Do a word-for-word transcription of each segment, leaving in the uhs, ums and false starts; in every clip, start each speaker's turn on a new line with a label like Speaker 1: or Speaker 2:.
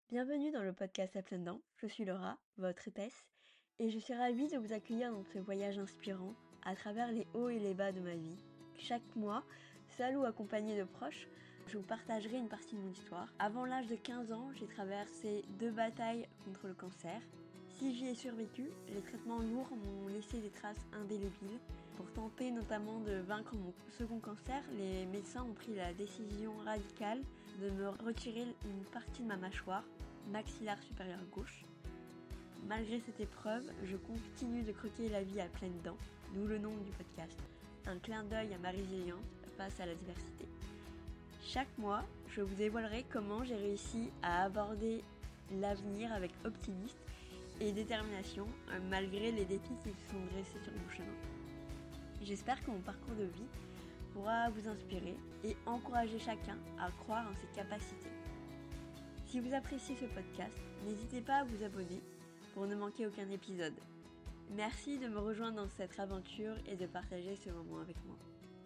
Speaker 1: Bienvenue dans le podcast à pleines dents. Je suis Laura, votre hôtesse, et je suis ravie de vous accueillir dans ce voyage inspirant à travers les hauts et les bas de ma vie. Chaque mois, seul ou accompagné de proches, je vous partagerai une partie de mon histoire. Avant l'âge de quinze ans, j'ai traversé deux batailles contre le cancer. Si j'y ai survécu, les traitements lourds m'ont laissé des traces indélébiles. Pour tenter notamment de vaincre mon second cancer, les médecins ont pris la décision radicale de me retirer une partie de ma mâchoire, maxillaire supérieure gauche. Malgré cette épreuve, je continue de croquer la vie à pleines dents, d'où le nom du podcast, un clin d'œil à ma résilience face à l'adversité. Chaque mois, je vous dévoilerai comment j'ai réussi à aborder l'avenir avec optimisme et détermination, malgré les défis qui se sont dressés sur mon chemin. J'espère que mon parcours de vie pourra vous inspirer et encourager chacun à croire en ses capacités. Si vous appréciez ce podcast, n'hésitez pas à vous abonner pour ne manquer aucun épisode. Merci de me rejoindre dans cette aventure et de partager ce moment avec moi.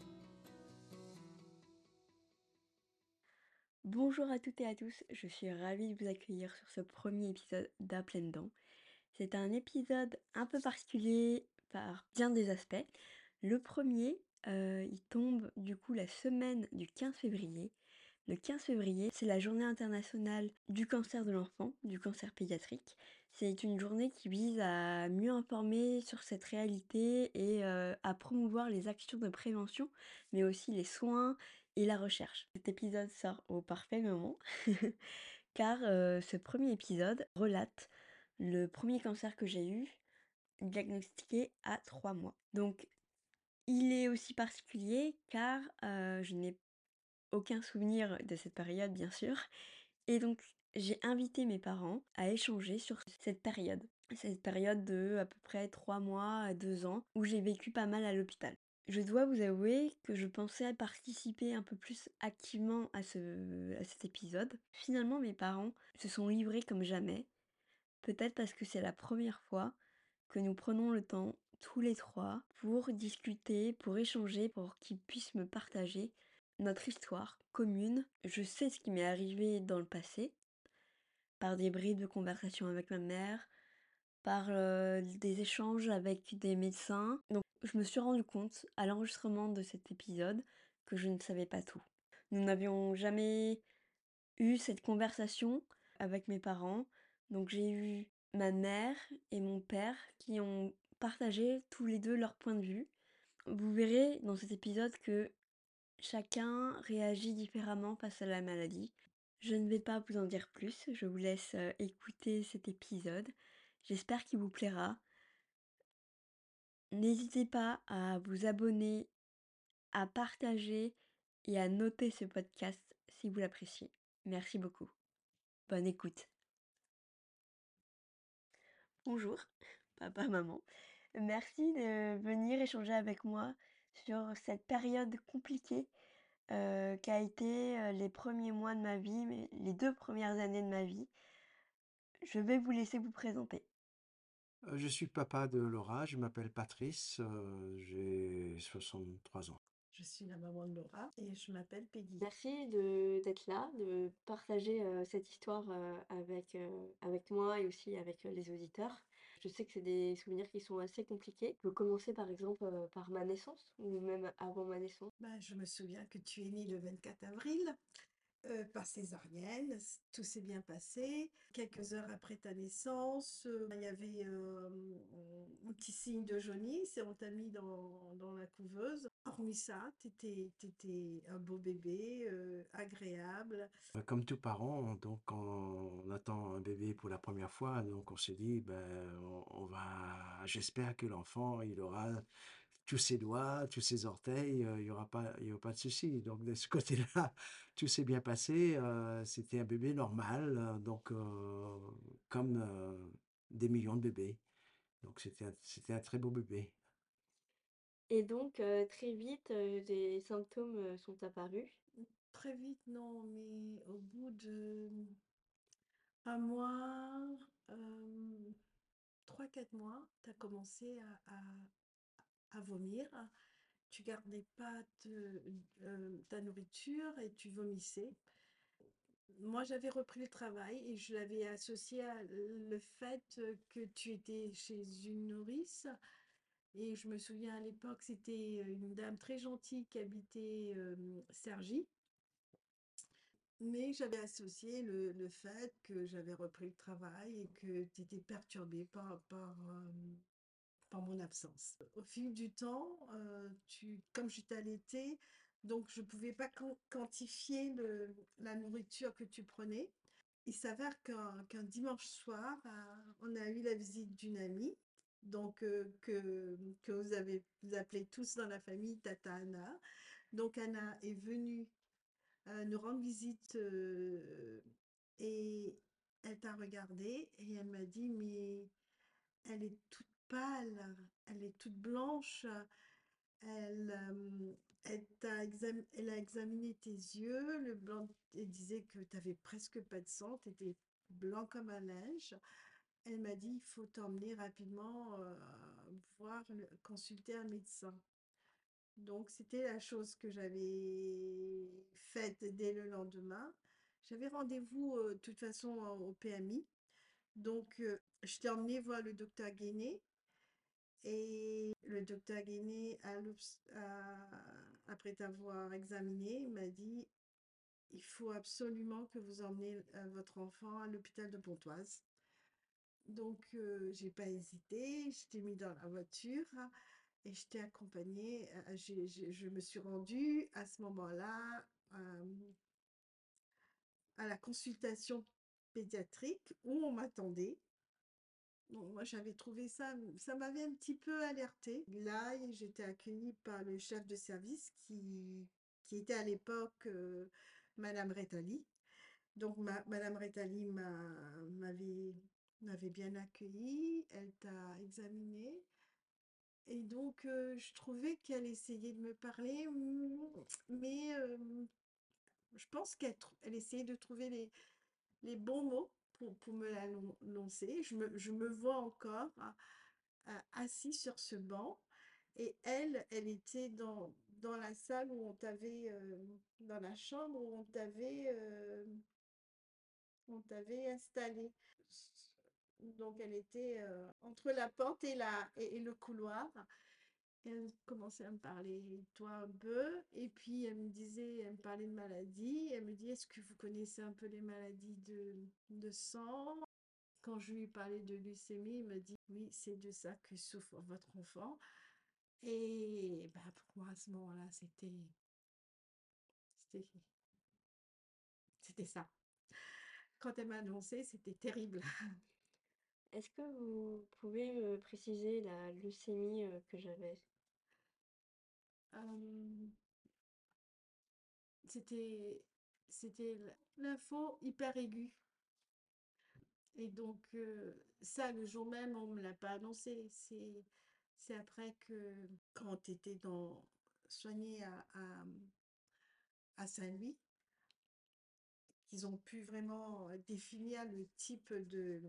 Speaker 1: Bonjour à toutes et à tous, je suis ravie de vous accueillir sur ce premier épisode d'À pleines dents. C'est un épisode un peu particulier par bien des aspects. Le premier, euh, il tombe du coup la semaine du quinze février. Le quinze février, c'est la journée internationale du cancer de l'enfant, du cancer pédiatrique. C'est une journée qui vise à mieux informer sur cette réalité et euh, à promouvoir les actions de prévention, mais aussi les soins et la recherche. Cet épisode sort au parfait moment, car euh, ce premier épisode relate le premier cancer que j'ai eu, diagnostiqué à trois mois. Donc, il est aussi particulier car euh, je n'ai aucun souvenir de cette période, bien sûr. Et donc, j'ai invité mes parents à échanger sur cette période. Cette période de à peu près trois mois à deux ans, où j'ai vécu pas mal à l'hôpital. Je dois vous avouer que je pensais participer un peu plus activement à, ce, à cet épisode. Finalement, mes parents se sont livrés comme jamais. Peut-être parce que c'est la première fois que nous prenons le temps, tous les trois, pour discuter, pour échanger, pour qu'ils puissent me partager notre histoire commune. Je sais ce qui m'est arrivé dans le passé, par des bribes de conversation avec ma mère, par euh, des échanges avec des médecins. Donc je me suis rendu compte à l'enregistrement de cet épisode que je ne savais pas tout. Nous n'avions jamais eu cette conversation avec mes parents. Donc j'ai eu ma mère et mon père qui ont partagé tous les deux leur point de vue. Vous verrez dans cet épisode que chacun réagit différemment face à la maladie. Je ne vais pas vous en dire plus, je vous laisse euh, écouter cet épisode. J'espère qu'il vous plaira. N'hésitez pas à vous abonner, à partager et à noter ce podcast si vous l'appréciez. Merci beaucoup. Bonne écoute. Bonjour, papa, maman. Merci de venir échanger avec moi sur cette période compliquée euh, qu'a été euh, les premiers mois de ma vie, mais les deux premières années de ma vie. Je vais vous laisser vous présenter.
Speaker 2: Euh, Je suis papa de Laura, je m'appelle Patrice, euh, j'ai soixante-trois ans.
Speaker 3: Je suis la maman de Laura et je m'appelle Peggy.
Speaker 1: Merci de d'être là, de partager euh, cette histoire euh, avec, euh, avec moi et aussi avec euh, les auditeurs. Je sais que c'est des souvenirs qui sont assez compliqués. Je peux commencer par exemple euh, par ma naissance ou même avant ma naissance.
Speaker 3: Ben, je me souviens que tu es née le vingt-quatre avril euh, par césarienne. S- Tout s'est bien passé. Quelques heures après ta naissance, euh, il y avait euh, un petit signe de jaunisse et on t'a mis dans, dans la couveuse. Hormis ça, tu étais un beau bébé, euh, agréable.
Speaker 2: Euh, Comme tout parent, donc quand on attend un bébé pour la première fois, donc on se dit, ben, on, on va, j'espère que l'enfant, il aura tous ses doigts, tous ses orteils, euh, il y aura pas, il y aura pas de souci. Donc de ce côté-là, tout s'est bien passé. Euh, c'était un bébé normal, euh, donc euh, comme euh, des millions de bébés. Donc c'était un, c'était un très beau bébé.
Speaker 1: Et donc euh, très vite, euh, des symptômes euh, sont apparus.
Speaker 3: Très vite, non, mais au bout de un mois, euh, trois, quatre mois, tu as commencé à, à- à vomir. Tu gardais pas te- euh, ta nourriture et tu vomissais. moi, j'avais repris le travail et je l'avais associé à le fait euh, que tu étais chez une nourrice. Et je me souviens à l'époque, c'était une dame très gentille qui habitait euh, Cergy. Mais j'avais associé le, le fait que j'avais repris le travail et que tu étais perturbée par, par, euh, par mon absence. Au fil du temps, euh, tu, comme j'étais allaitée, donc je ne pouvais pas quan- quantifier le- la nourriture que tu prenais. Il s'avère qu'un qu'un dimanche soir, euh, on a eu la visite d'une amie, donc euh, que, que vous avez vous appelez tous dans la famille Tata Anna. Donc Anna est venue euh, nous rendre visite euh, et elle t'a regardée et elle m'a dit, mais elle est toute pâle, elle est toute blanche, elle, euh, elle t'a exam- elle a examiné tes yeux, le blanc, elle disait que tu avais presque pas de sang, tu étais blanc comme un linge. Elle m'a dit, il faut t'emmener rapidement euh, voir, le- consulter un médecin. Donc, c'était la chose que j'avais faite dès le lendemain. J'avais rendez-vous, euh, de toute façon, au P M I. Donc, euh, je t'ai emmené voir le docteur Guéné. Et le docteur Guéné, à l'obs- à- après t'avoir examiné, m'a dit, il faut absolument que vous emmenez euh, votre enfant à l'hôpital de Pontoise. Donc, euh, j'ai pas hésité, je t'ai mis dans la voiture et je t'ai accompagnée. euh, j'ai- j'ai- je me suis rendue à ce moment-là euh, à la consultation pédiatrique où on m'attendait. Bon, moi, j'avais trouvé ça, ça m'avait un petit peu alertée. Là, j'étais accueillie par le chef de service qui, qui était à l'époque euh, Madame Rétali. Donc, ma- Madame Rétali m'a- m'avait m'avait bien accueillie, elle t'a examinée. Et donc, euh, je trouvais qu'elle essayait de me parler, mm, mais euh, je pense qu'elle trou- elle essayait de trouver les, les bons mots pour, pour me l'annoncer. Je me, je me vois encore hein, euh, assis sur ce banc. Et elle, elle était dans, dans la salle où on t'avait, euh, dans la chambre où on t'avait euh, on t'avait installé. Donc, elle était euh, entre la porte et, la, et, et le couloir. Et elle commençait à me parler, toi un peu, et puis elle me disait, elle me parlait de maladies, elle me dit, est-ce que vous connaissez un peu les maladies de, de sang? Quand je lui parlais de leucémie, il me dit, oui, c'est de ça que souffre votre enfant. Et bah, pour moi, à ce moment-là, c'était, c'était, c'était ça. Quand elle m'a annoncé, c'était terrible.
Speaker 1: Est-ce que vous pouvez me préciser la leucémie euh, que j'avais?
Speaker 3: Euh, c'était, c'était l'info hyper aiguë. Et donc, euh, ça, le jour même, on ne me l'a pas annoncé. C'est, c'est après que, quand tu étais dans, soigné à, à, à Saint-Louis, qu'ils ont pu vraiment définir le type de,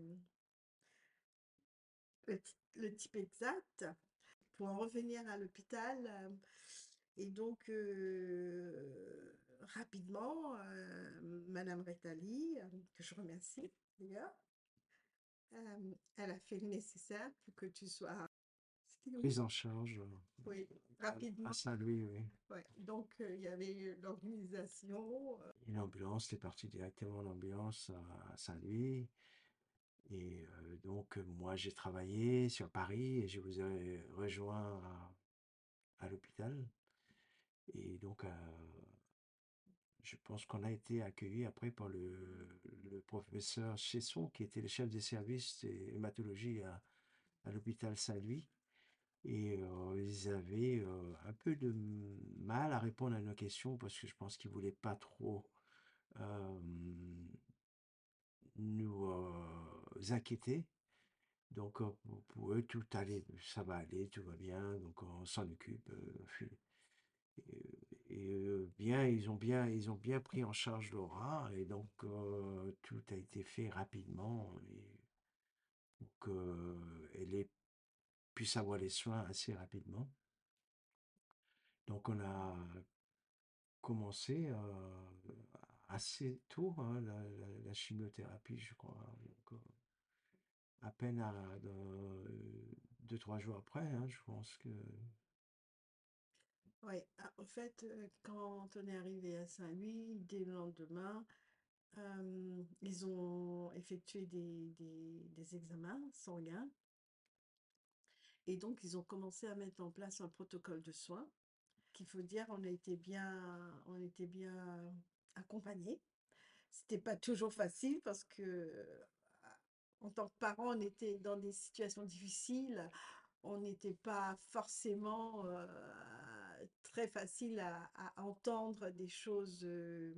Speaker 3: le, ty- le type exact pour en revenir à l'hôpital. euh, Et donc, euh, rapidement, euh, Madame Rétali, euh, que je remercie d'ailleurs, euh, elle a fait le nécessaire pour que tu sois. C'était où?
Speaker 2: Prise en charge euh,
Speaker 3: Oui,
Speaker 2: à, à
Speaker 3: rapidement.
Speaker 2: Saint-Louis, oui.
Speaker 3: Ouais. Donc, euh, il y avait eu l'organisation. euh,
Speaker 2: Une ambulance, t'es parti directement en ambulance à, à Saint-Louis. Et euh, donc, euh, moi, j'ai travaillé sur Paris et je vous ai rejoint à, à l'hôpital. Et donc, euh, je pense qu'on a été accueillis après par le, le professeur Chesson, qui était le chef des services d'hématologie à, à l'hôpital Saint-Louis. Et euh, ils avaient euh, un peu de mal à répondre à nos questions parce que je pense qu'ils ne voulaient pas trop euh, nous euh, inquiéter. Donc, euh, pour, pour eux, tout allait, ça va aller, tout va bien, donc on s'en occupe. euh, et et, euh, bien, ils ont bien, ils ont bien pris en charge Laura, et donc euh, tout a été fait rapidement et pour qu'elle ait puisse avoir les soins assez rapidement. Donc, on a commencé euh, assez tôt, hein, la, la- la chimiothérapie, je crois. Donc, euh, à peine à, de- deux, trois jours après, hein, je pense que...
Speaker 3: Oui, en fait, euh, quand on est arrivé à Saint-Louis, dès le lendemain, euh, ils ont effectué des, des- des examens sanguins et donc ils ont commencé à mettre en place un protocole de soins. Qu'il faut dire, on a été bien, on était bien accompagnés. C'était pas toujours facile parce que, euh, en tant que parents, on était dans des situations difficiles. On n'était pas forcément euh, très facile à, à entendre des choses, euh,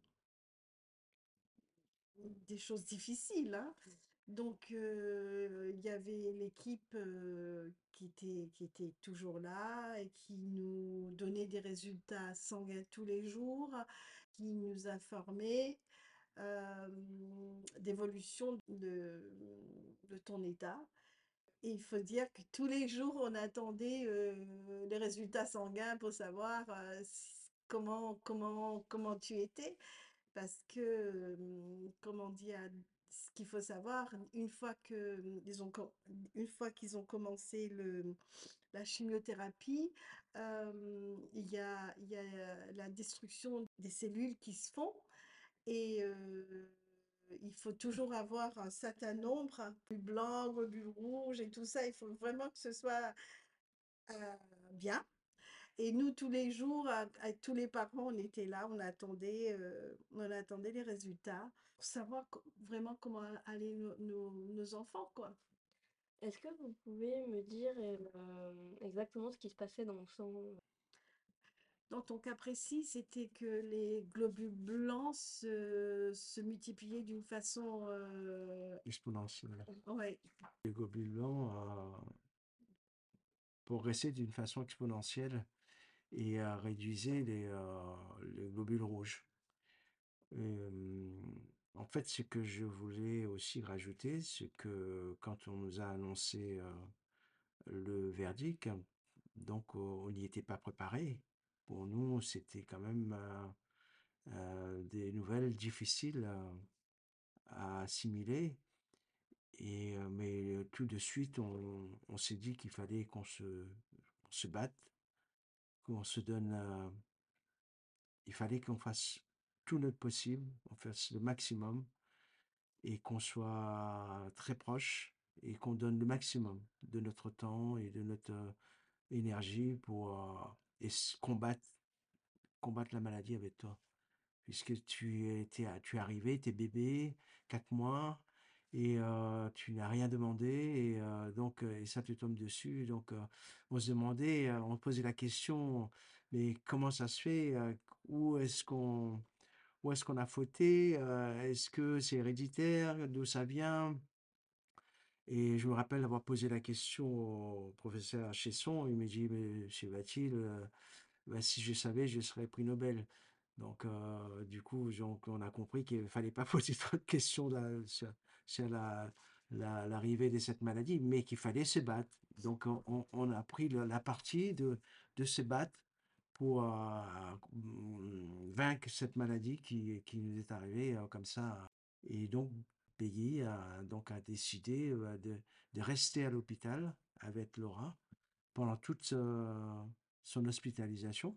Speaker 3: des choses difficiles, hein. Donc, euh, il y avait l'équipe euh, qui était, qui était toujours là et qui nous donnait des résultats sanguins tous les jours, qui nous informait euh, d'évolution de, de ton état. Et il faut dire que tous les jours, on attendait euh, les résultats sanguins pour savoir euh, s- comment, comment, comment tu étais. Parce que, euh, comment dire, ce qu'il faut savoir, une fois que euh, ils ont, com- une fois qu'ils ont commencé le, la chimiothérapie, euh, il y a, il y a la destruction des cellules qui se font. Et euh, il faut toujours avoir un certain nombre, globule blanc, globule rouge et tout ça. Il faut vraiment que ce soit euh, bien. Et nous, tous les jours, à- avec tous les parents, on était là, on attendait, euh, on attendait les résultats pour savoir co- vraiment comment allaient nos, nos- nos enfants, quoi.
Speaker 1: Est-ce que vous pouvez me dire euh, exactement ce qui se passait dans le sang?
Speaker 3: Dans ton cas précis, c'était que les globules blancs se, se multipliaient d'une façon... euh,
Speaker 2: exponentielle.
Speaker 3: ouais,
Speaker 2: Les globules blancs euh, progressaient d'une façon exponentielle et euh, réduisaient les, euh, les globules rouges. Et, euh, en fait, ce que je voulais aussi rajouter, c'est que quand on nous a annoncé euh, le verdict, donc euh, on n'y était pas préparé. Pour nous, c'était quand même euh, euh, des nouvelles difficiles euh, à assimiler. Et, euh, mais euh, tout de suite, on, on s'est dit qu'il fallait qu'on se, qu'on se batte, qu'on se donne, euh, il fallait qu'on fasse tout notre possible, on fasse le maximum et qu'on soit très proche et qu'on donne le maximum de notre temps et de notre euh, énergie pour euh, et s- combattre, combattre la maladie avec toi. Puisque tu étais, tu es arrivé, t'es bébé, quatre mois, et euh, tu n'as rien demandé, et euh, donc euh, et ça te tombe dessus. Donc euh, on se demandait, euh, on posait la question, mais comment ça se fait? euh, Où est-ce qu'on, où est-ce qu'on a fauté? euh, Est-ce que c'est héréditaire? D'où ça vient? Et je me rappelle avoir posé la question au professeur Chesson. Il m'a dit, mais monsieur Bathil, euh, bah, si je savais, je serais prix Nobel. Donc, euh, du coup, donc, on a compris qu'il ne fallait pas poser trop de questions là, sur, sur la, la- l'arrivée de cette maladie, mais qu'il fallait se battre. Donc, on, on- on a pris le- la partie de, de se battre pour euh, mm, vaincre cette maladie qui, qui nous est arrivée euh, comme ça. Et donc, Peggy a, donc, a décidé euh, de, de rester à l'hôpital avec Laura pendant toute euh, son hospitalisation.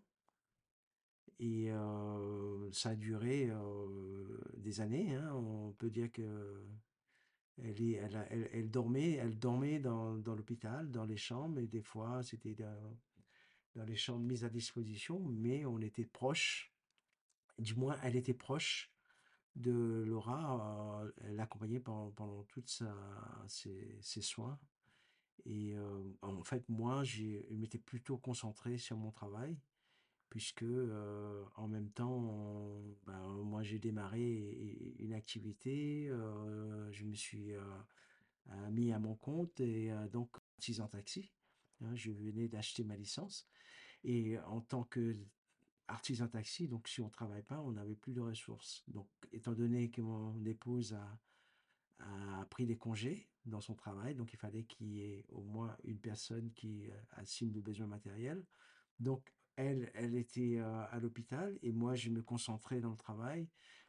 Speaker 2: Et euh, ça a duré euh, des années, hein. On peut dire que elle, est, elle, a- elle, elle dormait, elle dormait dans, dans l'hôpital, dans les chambres, et des fois c'était dans, dans les chambres mises à disposition, mais on était proche, du moins elle était proche de Laura, euh, elle l'accompagnait pendant, pendant tous ses, ses soins. Et euh, en fait, moi, j'ai, je m'étais plutôt concentré sur mon travail puisque euh, en même temps, on- ben, moi j'ai démarré une activité, euh, je me suis euh, euh, mis à mon compte et euh, donc artisan taxi. Hein, je venais d'acheter ma licence et en tant que artisan taxi, donc si on travaille pas, on n'avait plus de ressources. Donc, étant donné que mon épouse a, a pris des congés dans son travail, donc il fallait qu'il y ait au moins une personne qui euh, assigne le besoin matériel. Donc, elle, elle était euh, à l'hôpital et moi, je me concentrais dans le travail.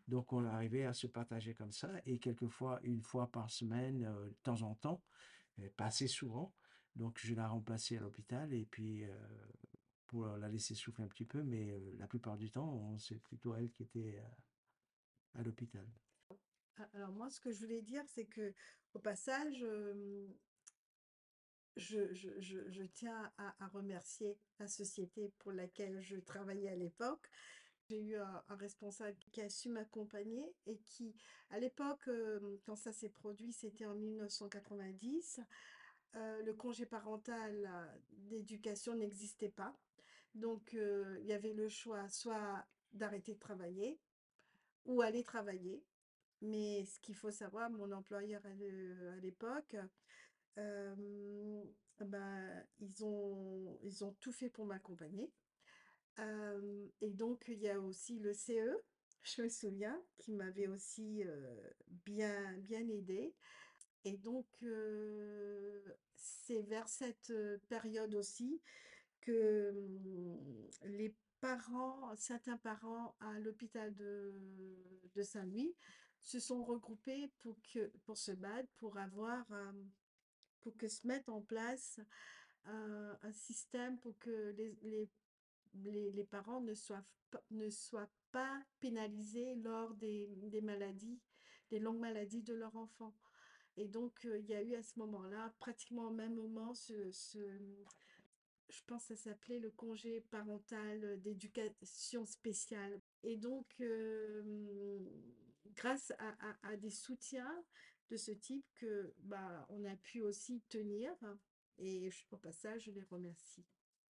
Speaker 2: Donc on arrivait à se partager comme ça et quelquefois une fois par semaine, heu, de temps en temps, mais pas assez souvent, donc je la remplaçais à l'hôpital et puis, heu, pour la laisser souffler un petit peu, mais, heu, la plupart du temps, on c'est plutôt elle qui était, heu, à l'hôpital.
Speaker 3: A alors moi, ce que je voulais dire, c'est que au passage, hem, je je je je tiens à à remercier la société pour laquelle je travaillais à l'époque. J'ai eu un un responsable qui a su m'accompagner et qui, à l'époque, hem, quand ça s'est produit, c'était en mille neuf cent quatre-vingt-dix, heu, le congé parental, heu, d'éducation n'existait pas. Donc heu, il y avait le choix soit d'arrêter de travailler ou aller travailler. Mais ce qu'il faut savoir, mon employeur à le à l'époque, hem, bah, ils ont ils ont tout fait pour m'accompagner. Hem et donc il y a aussi le C E, je me souviens, qui m'avait aussi, heu, bien bien aidée et donc heu, c'est vers cette, heu, période aussi que, mmh, les parents certains parents à l'hôpital de de Saint-Louis se sont regroupés pour que pour se battre, pour avoir, hem, pour que se mette en place un un système pour que les les les les parents ne soient pas ne soient pas pénalisés lors des des maladies, des longues maladies de leur enfant et donc heu, il y a eu à ce moment-là, pratiquement au même moment, ce ce je pense que ça s'appelait le congé parental d'éducation spéciale et donc hem, grâce à à à des soutiens de ce type que, bah, on a pu aussi tenir et j au passage, je les remercie.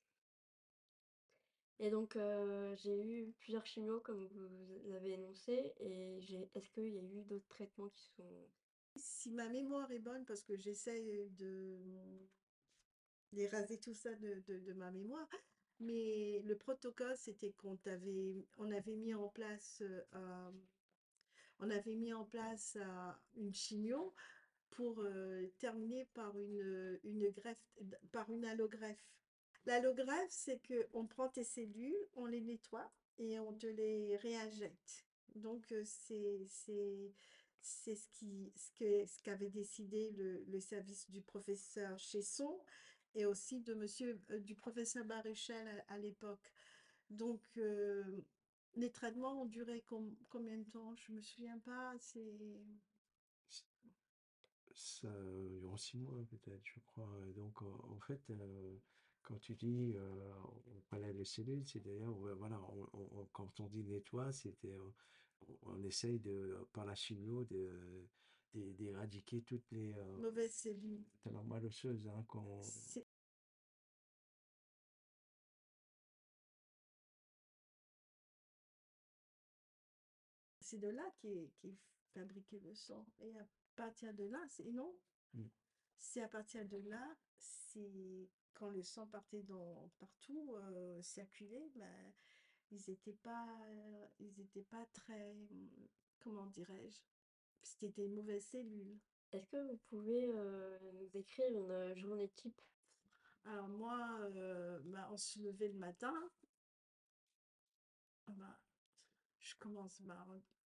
Speaker 1: Et donc, heu, j'ai eu plusieurs chimios comme vous avez énoncé et j'ai est-ce qu'il y a eu d'autres traitements qui sont
Speaker 3: Si ma mémoire est bonne, parce que j'essaie de d'eraser tout ça de de de ma mémoire, mais le protocole, c'était qu'on avait on avait mis en place, heu, un on avait mis en place, heu, une chimio pour, heu, terminer par une, une greffe d par une allogreffe. L'allogreffe, c'est qu'on prend tes cellules, on les nettoie et on te les réinjecte. Donc, heu, c'est c'est c'est ce qui ce que ce qu'avait décidé le le service du professeur Chesson et aussi de monsieur, heu, du professeur Baruchel à à l'époque. Donc, heu, les traitements ont duré com combien de temps? Je me souviens pas, c'est
Speaker 2: C ça, heu, durant six mois peut-être, je crois, heu, donc en en fait, heu, quand tu dis, heu, on prélève les cellules, c'est d'ailleurs, ouais, voilà, on on on quand on dit nettoie, c'était, heu, on on essaye de, par la chimio, de d'é d'éradiquer toutes les, heu,
Speaker 3: mauvaise cellule.
Speaker 2: alors malheureuses, hein, qu'on
Speaker 3: C'est c'est de là qu'est qu'est fabriqué le sang et à partir de là, c'est non?
Speaker 2: mmh,
Speaker 3: C'est à partir de là, c'est quand le sang partait dans partout, heu, circulait, ben, ils étaient pas, heu, ils étaient pas très, mmh, comment dirais-je? C'était des mauvaises cellules.
Speaker 1: est-ce que vous pouvez, heu, nous décrire une, heu, journée type?
Speaker 3: Alors moi, heu, bah, on se levait le matin, ah bah, je commence par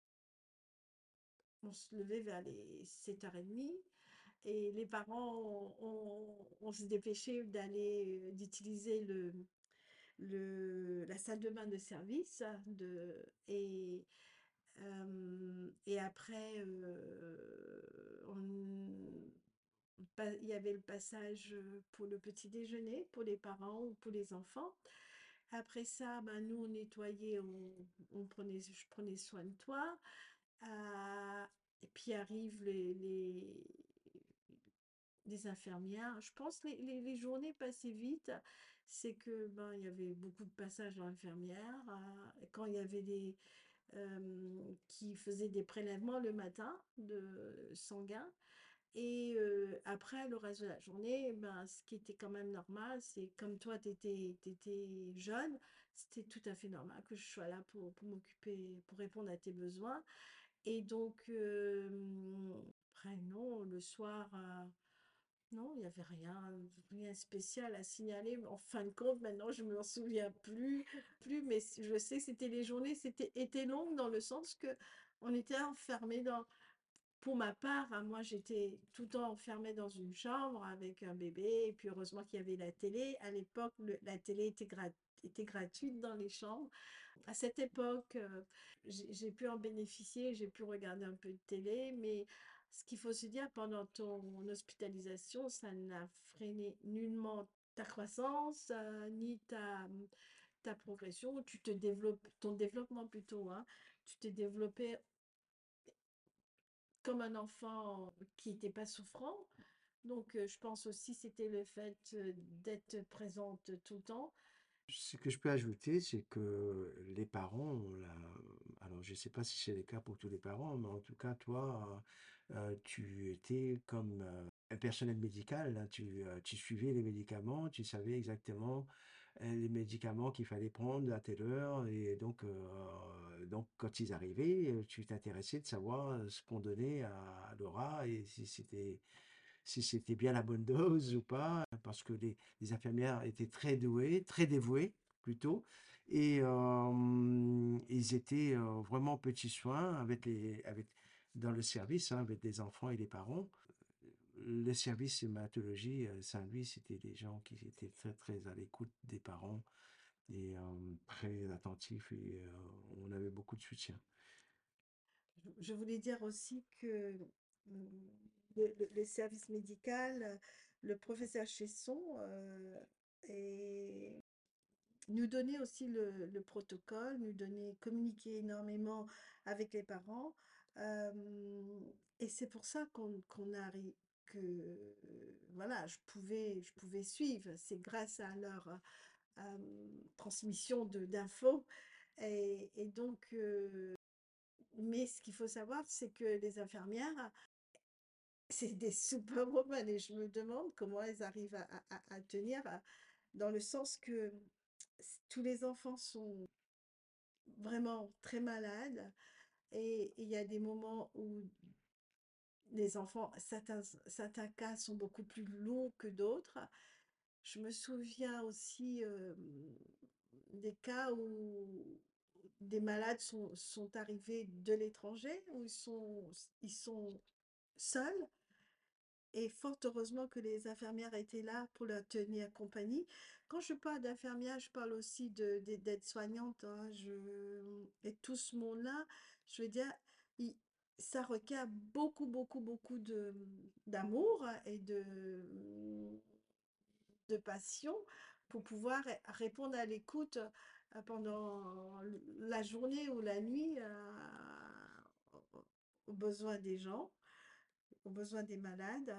Speaker 3: on se levait vers les sept heures trente et les parents, on on on se dépêchait d'aller, heu, d'utiliser le le la salle de bain de service de et hem et après, heu, on pa il y avait le passage, heu, pour le petit déjeuner, pour les parents ou pour les enfants. Après ça, ben, nous, on nettoyait, on on prenait je prenais soin de toi, heu et puis arrivent les les les infirmières. Je pense les les les journées passaient vite. C'est que, ben, il y avait beaucoup de passages dans l'infirmière, heu, quand il y avait des, hem, qui faisaient des prélèvements le matin de sanguin et heu, après le reste de la journée, ben, ce qui était quand même normal, c'est comme toi tu étais tu étais jeune, c'était tout à fait normal que je sois là pour pour m'occuper, pour répondre à tes besoins et donc hem, après non, le soir, heu non, il n'y avait rien, rien spécial à signaler. En fin de compte, maintenant, je ne m'en souviens plus, plus, mais je sais que c'était les journées, c'était étaient longues dans le sens que on était enfermés dans, pour ma part, hein, moi j'étais tout le temps enfermée dans une chambre avec un bébé, et puis heureusement qu'il y avait la télé. À l'époque, le- la télé était, grat- était gratuite dans les chambres. À cette époque, euh, j'ai j'ai pu en bénéficier, j'ai pu regarder un peu de télé, mais ce qu'il faut se dire, pendant ton hospitalisation, ça n'a freiné nullement ta croissance, euh, ni ta, ta progression. Tu te développes, ton développement plutôt, hein. Tu t'es développé comme un enfant qui n'était pas souffrant. Donc, euh, je pense aussi c'était le fait euh, d'être présente tout le temps.
Speaker 2: Ce que je peux ajouter, c'est que les parents, ont la- alors je ne sais pas si c'est le cas pour tous les parents, mais en tout cas, toi, euh, tu étais comme euh, un personnel médical, hein. Tu, euh, tu suivais les médicaments, tu savais exactement euh, les médicaments qu'il fallait prendre à telle heure, et donc, euh, donc quand ils arrivaient, euh, tu t'intéressais de savoir euh, ce qu'on donnait à, à Laura et si c'était si c'était bien la bonne dose ou pas, parce que les, les infirmières étaient très douées, très dévouées plutôt, et euh, ils étaient euh, vraiment petits soins avec les, avec, dans le service, hein, avec les enfants et les parents. Le service hématologie euh, Saint-Louis, c'était des gens qui étaient très très à l'écoute des parents et euh, très attentifs et euh, on avait beaucoup de soutien.
Speaker 3: Je je voulais dire aussi que hum, le, le- le service médical, euh, le professeur Chesson, euh, et nous donnait aussi le, le protocole, nous donnait, communiquer énormément avec les parents. euh, et c'est pour ça qu'on qu'on a ri- que euh, voilà, je pouvais, je pouvais suivre. C'est grâce à leur euh, transmission de d'infos. Et, et donc, euh, mais ce qu'il faut savoir, c'est que les infirmières, c'est des superwomen, et je me demande comment elles arrivent à, à- à- à tenir, à- dans le sens que s- tous les enfants sont vraiment très malades, et il y a des moments où les enfants, certains, certains cas sont beaucoup plus lourds que d'autres. Je me souviens aussi euh, des cas où des malades sont, sont arrivés de l'étranger, où ils sont, ils sont seuls. Et fort heureusement que les infirmières étaient là pour leur tenir compagnie. Quand je parle d'infirmières, je parle aussi de, de- d'aides-soignantes, hein, je, et tout ce monde-là, je veux dire, il- ça requiert beaucoup, beaucoup, beaucoup de, d'amour et de, de passion pour pouvoir répondre à l'écoute euh, pendant la journée ou la nuit euh, aux aux besoins des gens, aux besoins des malades.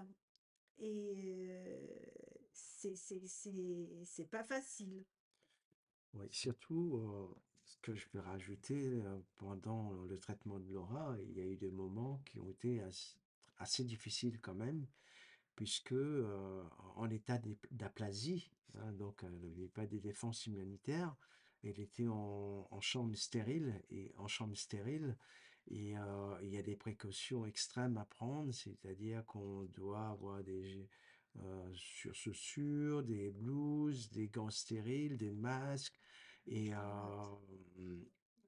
Speaker 3: Et euh, c'est c'est- c'est- c'est pas facile.
Speaker 2: Oui, surtout, euh, ce que je peux rajouter, euh, pendant le traitement de Laura, il y a eu des moments qui ont été as- assez difficiles quand même, puisque euh, en état d'ép- d'aplasie, hein, donc elle n'avait pas de défense immunitaire, elle était en, en chambre stérile, et en chambre stérile, et euh, il y a des précautions extrêmes à prendre, c'est-à-dire qu'on doit avoir des euh, surchaussures, des blouses, des gants stériles, des masques, et,
Speaker 3: Je note.
Speaker 2: euh,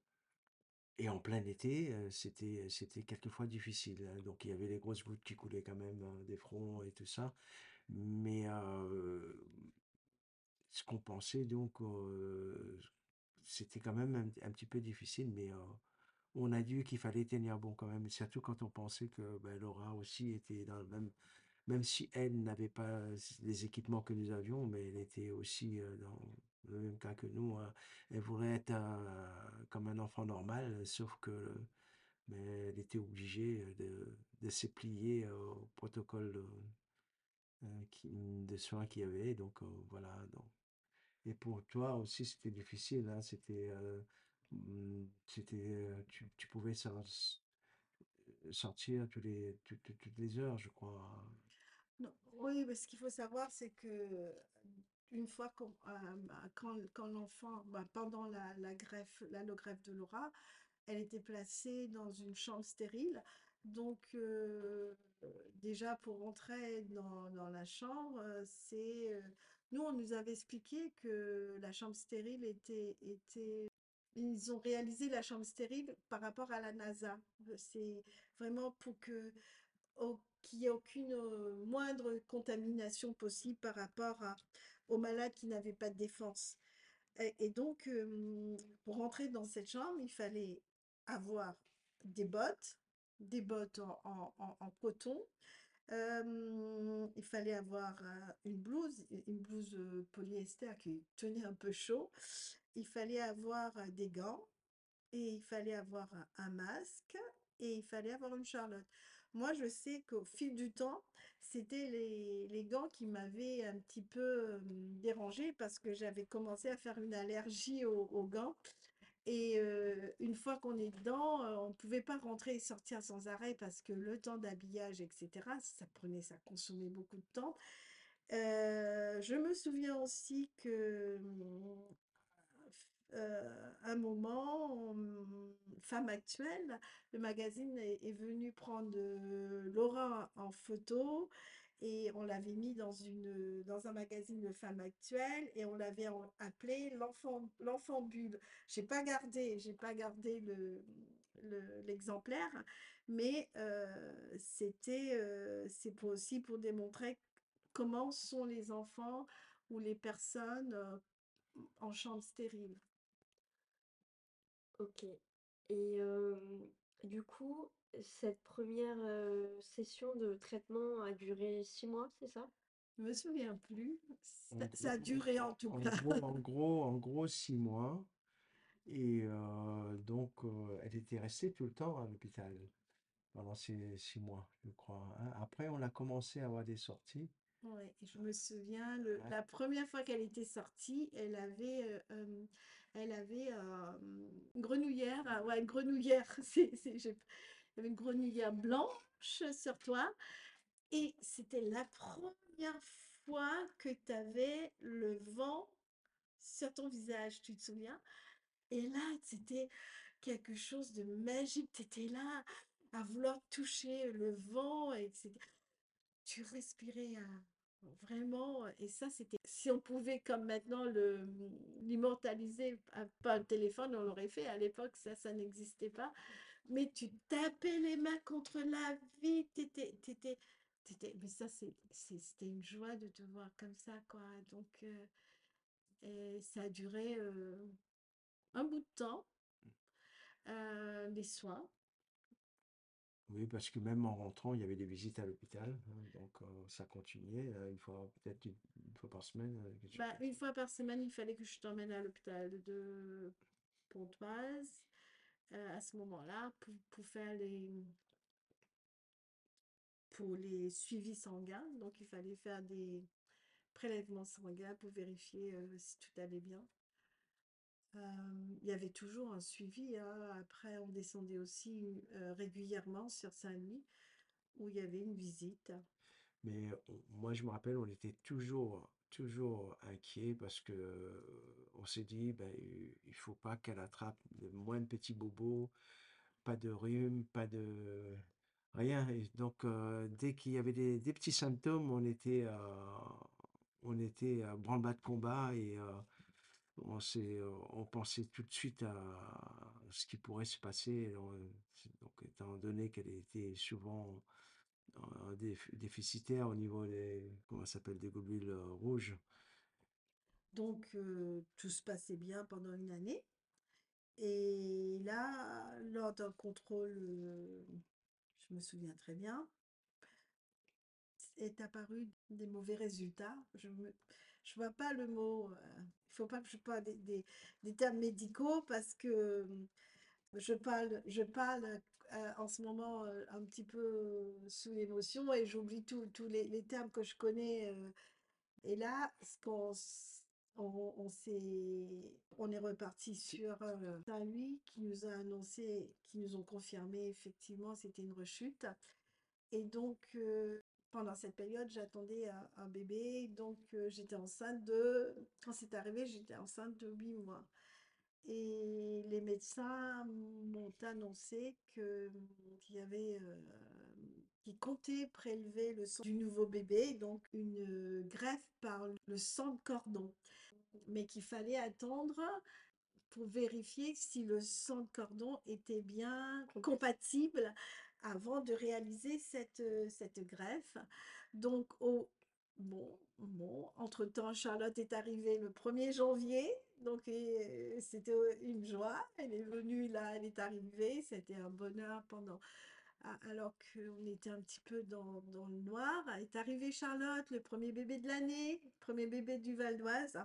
Speaker 2: et en plein été, euh, c'était, c'était quelquefois difficile, hein. Donc il y avait les grosses gouttes qui coulaient quand même, hein, des fronts et tout ça. Mais euh, ce qu'on pensait, donc, euh, c'était quand même un, un petit peu difficile, mais euh, on a dit qu'il fallait tenir bon quand même, surtout quand on pensait que ben, Laura aussi était dans le même, même si elle n'avait pas les équipements que nous avions, mais elle était aussi euh, dans le même cas que nous, hein. Elle voulait être un- comme un enfant normal, sauf que mais elle était obligée de, de se plier au protocole euh, qui- de soins qu'il y avait. Donc euh, voilà. Donc. Et pour toi aussi, c'était difficile, hein. C'était, euh, mm, c'était, euh, tu, tu pouvais sor- sortir tous les, toutes, toutes- toutes les heures, je crois.
Speaker 3: Non, oui, mais ce qu'il faut savoir, c'est que une fois qu'on, euh, bah, quand, quand l'enfant, bah, pendant la, la greffe, l'allogreffe de Laura, elle était placée dans une chambre stérile. Donc, euh, déjà, pour rentrer dans, dans la chambre, euh, c'est... euh, nous, on nous avait expliqué que la chambre stérile était, était... Ils ont réalisé la chambre stérile par rapport à la NASA. C'est vraiment pour que au- qu'il n'y ait aucune euh, moindre contamination possible par rapport à- aux malades qui n'avaient pas de défense. Et, et donc, euh, pour rentrer dans cette chambre, il fallait avoir des bottes, des bottes en, en- en- en coton. Euh, il fallait avoir euh, une blouse, une blouse euh, polyester qui tenait un peu chaud. Il fallait avoir euh, des gants et il fallait avoir un, un masque et il fallait avoir une charlotte. Moi, je sais qu'au fil du temps, c'était les, les gants qui m'avaient un petit peu euh, dérangée parce que j'avais commencé à faire une allergie aux, aux gants. Et euh, une fois qu'on est dedans, euh, on ne pouvait pas rentrer et sortir sans arrêt parce que le temps d'habillage, et cetera, ça prenait, ça consommait beaucoup de temps. Euh, je me souviens aussi que euh, un moment, on- Femme Actuelle, le magazine est, est venu prendre euh, Laura en photo et on l'avait mis dans une, dans un magazine de Femme Actuelle et on l'avait en- appelé l'enfant, l'enfant bulle. J'ai pas gardé, j'ai pas gardé le, le- l'exemplaire, mais euh, c'était, euh, c'est pour aussi pour démontrer comment sont les enfants ou les personnes euh, en chambre stérile.
Speaker 4: Ok. Et euh, du coup, cette première euh, session de traitement a duré six mois, c'est ça?
Speaker 3: Je me souviens plus.
Speaker 2: En
Speaker 3: Ça, ça a
Speaker 2: gros,
Speaker 3: duré en
Speaker 2: en,
Speaker 3: tout
Speaker 2: en
Speaker 3: cas.
Speaker 2: gros, en gros, en gros, six mois. Et euh, donc, euh, elle était restée tout le temps à l'hôpital pendant ces six mois, je crois, hein. Après, on a commencé à avoir des sorties.
Speaker 3: Ouais, et je me souviens, le,
Speaker 2: Ouais.
Speaker 3: la première fois qu'elle était sortie, elle avait, euh, euh, elle avait euh, une grenouillère. Ah ouais, une grenouillère. C'est, c'est, j'ai- il y avait une grenouillère blanche sur toi. Et c'était la première fois que tu avais le vent sur ton visage, tu te souviens? Et là, c'était quelque chose de magique. Tu étais là à vouloir toucher le vent, et cetera. Tu respirais hein, vraiment. Et ça, c'était. Si on pouvait, comme maintenant, le, l'immortaliser à- par le téléphone, on l'aurait fait. À l'époque, ça, ça n'existait pas. Mais tu tapais les mains contre la vie. T'étais, t'étais, t'étais- Mais ça, c'est, c'est- c'était une joie de te voir comme ça, quoi. Donc, euh, et ça a duré euh, un bout de temps, euh, les soins.
Speaker 2: Oui, parce que même en rentrant, il y avait des visites à l'hôpital, hein, donc euh, ça continuait, euh, une fois, peut-être une, une fois par semaine, euh, quelque chose
Speaker 3: Bah,
Speaker 2: comme
Speaker 3: une
Speaker 2: ça.
Speaker 3: fois par semaine, il fallait que je t'emmène à l'hôpital de Pontoise euh, à ce moment-là pour, pour faire les, pour les suivis sanguins. Donc, il fallait faire des prélèvements sanguins pour vérifier euh, si tout allait bien. Euh, il y avait toujours un suivi, hein. Après, on descendait aussi euh, régulièrement sur Saint-Louis où il y avait une visite.
Speaker 2: Mais on- moi, je me rappelle, on était toujours, toujours inquiets parce que euh, on s'est dit, ben, euh, il faut pas qu'elle attrape de moins de petits bobos, pas de rhume, pas de rien. Et donc, euh, dès qu'il y avait des, des petits symptômes, on était, euh, on était à branle-bas de combat et euh, on s'est, euh, on pensait tout de suite à ce qui pourrait se passer. Et on- donc, étant donné qu'elle était souvent euh, déf- déficitaire au niveau des, comment ça s'appelle, des globules euh, rouges.
Speaker 3: Donc, euh, tout se passait bien pendant une année. Et là, lors d'un contrôle, euh, je me souviens très bien, est apparu des mauvais résultats. Je me, je vois pas le mot. euh, Il faut pas que je parle des, des, des termes médicaux parce que euh, je parle, je parle euh, en ce moment euh, un petit peu euh, sous l'émotion et j'oublie tous tous les, les termes que je connais. euh. Et là, ce qu'on s- on, on s'est, on est reparti sur euh, Saint-Louis qui nous a annoncé, qui nous ont confirmé effectivement c'était une rechute. Et donc, euh, pendant cette période, j'attendais un, un bébé. Donc, euh, j'étais enceinte de... Quand c'est arrivé, j'étais enceinte de huit mois. Et les médecins m'ont annoncé que, qu'il y avait... euh, qu'ils comptaient prélever le sang du nouveau bébé, donc une euh, greffe par le sang de cordon. Mais qu'il fallait attendre pour vérifier si le sang de cordon était bien
Speaker 4: Compatible.
Speaker 3: compatible avant de réaliser cette, euh, cette greffe. Donc, au, bon, bon, entre-temps, Charlotte est arrivée le premier janvier, donc et, euh, c'était euh, une joie. Elle est venue là, elle est arrivée, c'était un bonheur pendant, a- alors qu'on était un petit peu dans, dans le noir. Est arrivée Charlotte, le premier bébé de l'année, premier bébé du Val d'Oise.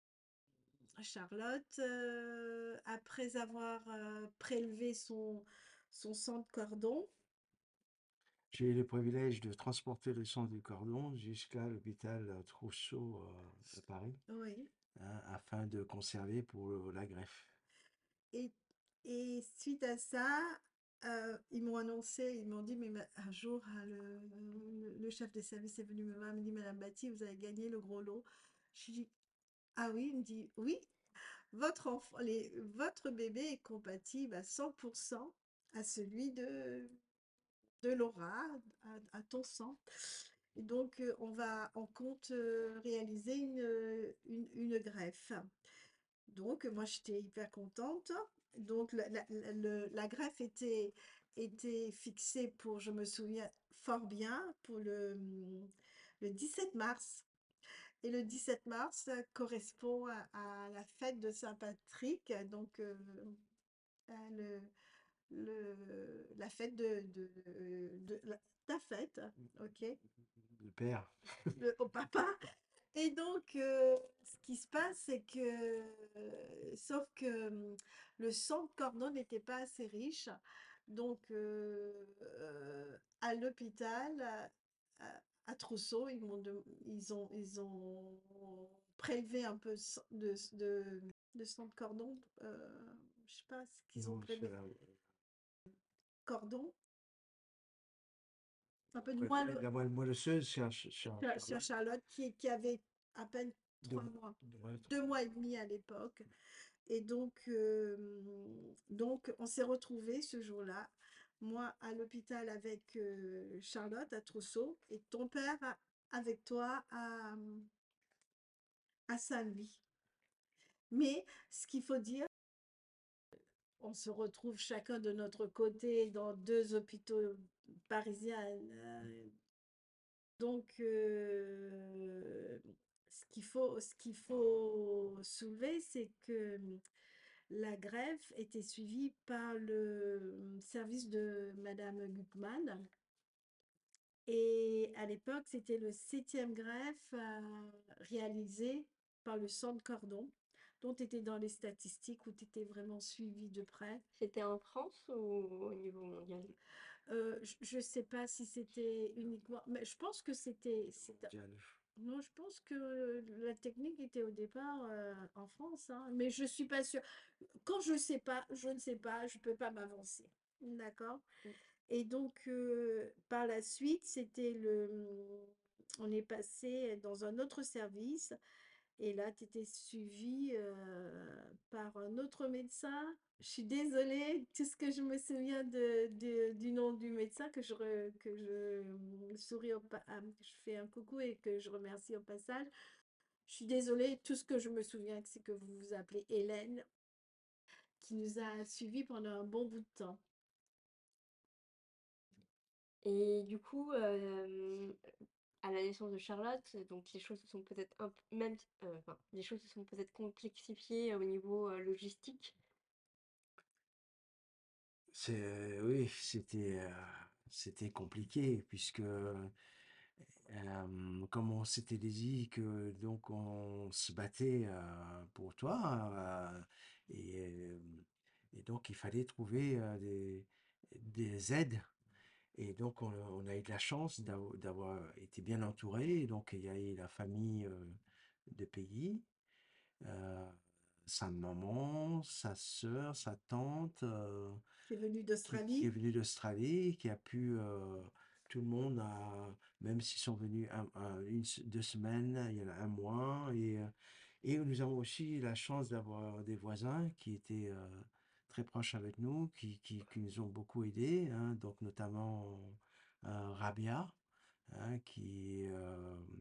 Speaker 3: Charlotte, euh, après avoir euh, prélevé son, son sang de cordon,
Speaker 2: J'ai eu le privilège de transporter le sang du cordon jusqu'à l'hôpital euh, Trousseau euh, à Paris,
Speaker 3: oui,
Speaker 2: hein, afin de conserver pour euh, la greffe.
Speaker 3: et, et suite à ça, euh, ils m'ont annoncé, ils m'ont dit, mais ma- un jour, hein, le, le- le chef de service est venu me voir, il me dit, Madame Batty, vous avez gagné le gros lot. Je dis, ah oui, il me dit, oui, votre enfant, les, votre bébé est compatible à cent pour cent à celui de, de Laura, à, à ton sang. Et donc, euh, on va, on compte euh, réaliser une, une, une greffe. Donc, moi, j'étais hyper contente. Donc, la, la, la- le- la greffe était, était fixée pour, je me souviens fort bien, pour le, le dix-sept mars. Et le dix-sept mars ça correspond à, à la fête de Saint-Patrick, donc euh, à le, le- la fête de, de, de la, ta fête, ok,
Speaker 2: Le père,
Speaker 3: le, au papa. Et donc, euh, ce qui se passe, c'est que, euh, sauf que hum, le sang de cordon n'était pas assez riche. Donc, euh, euh, à l'hôpital, à, à- à Trousseau, ils m'ont dem- ils ont, ils ont prélevé un peu sa- de, de, de sang de cordon. Euh, je sais pas ce qu'ils ont
Speaker 2: non, c'est
Speaker 3: prélevé.
Speaker 2: la,
Speaker 3: Cordon, un peu de
Speaker 2: ouais,
Speaker 3: moins le,
Speaker 2: la moelle moelleuse, c'est un, c'est un
Speaker 3: sur sur
Speaker 2: Charlotte.
Speaker 3: Charlotte, qui, qui avait à peine
Speaker 2: Deux,
Speaker 3: trois mois,
Speaker 2: ouais,
Speaker 3: deux mois et demi à l'époque. Et donc, euh, donc on s'est retrouvés ce jour-là, moi à l'hôpital avec euh, Charlotte à Trousseau et ton père à- avec toi à, à Saint-Louis. Mais ce qu'il faut dire, on se retrouve chacun de notre côté dans deux hôpitaux parisiens. euh, donc, euh, ce qu'il faut, ce qu'il faut soulever, c'est que la greffe était suivie par le service de Madame Gutmann. Et à l'époque, c'était le septième greffe euh, réalisé par le sang de cordon, dont tu étais dans les statistiques, où tu étais vraiment suivi de près.
Speaker 4: C'était en France ou au niveau mondial?
Speaker 3: Euh, je ne sais pas si c'était uniquement, mais je pense que c'était, c'était-
Speaker 2: mondial.
Speaker 3: non, je pense que la technique était au départ euh, en France, hein, mais je suis pas sûre. Quand je sais pas, je ne sais pas, je peux pas m'avancer. D'accord?
Speaker 4: Mm.
Speaker 3: Et donc, euh, par la suite, c'était le. On est passé dans un autre service et là, tu étais suivi euh, par un autre médecin. Je suis désolée, tout ce que je me souviens de, de- du nom du médecin, que je, re- que je souris au pa- ah, je fais un coucou et que je remercie au passage. Je suis désolée, tout ce que je me souviens, c'est que vous vous appelez Hélène, qui nous a suivis pendant un bon bout de temps.
Speaker 4: Et du coup, euh, à la naissance de Charlotte, donc les choses se sont peut-être un p- même euh, enfin, les choses se sont peut-être complexifiées au niveau euh, logistique.
Speaker 2: C'est, oui, c'était, euh, c'était compliqué puisque Euh, comme on s'était dit que donc on se battait euh, pour toi euh, et, euh, et donc il fallait trouver euh, des, des aides et donc on, on a eu de la chance d'av- d'avoir été bien entouré. Donc il y a eu la famille euh, de pays, euh, sa maman, sa sœur, sa tante, euh,
Speaker 3: Qui est venu
Speaker 2: qui, qui est
Speaker 3: d'Australie.
Speaker 2: venu d'Australie, qui a pu, euh, tout le monde a, même s'ils sont venus un, un- une, se- deux semaines, il y en a un mois, et, euh, et nous avons aussi la chance d'avoir des voisins qui étaient euh, très proches avec nous, qui, qui, qui nous ont beaucoup aidés, hein, donc notamment euh, Rabia, hein, qui, euh,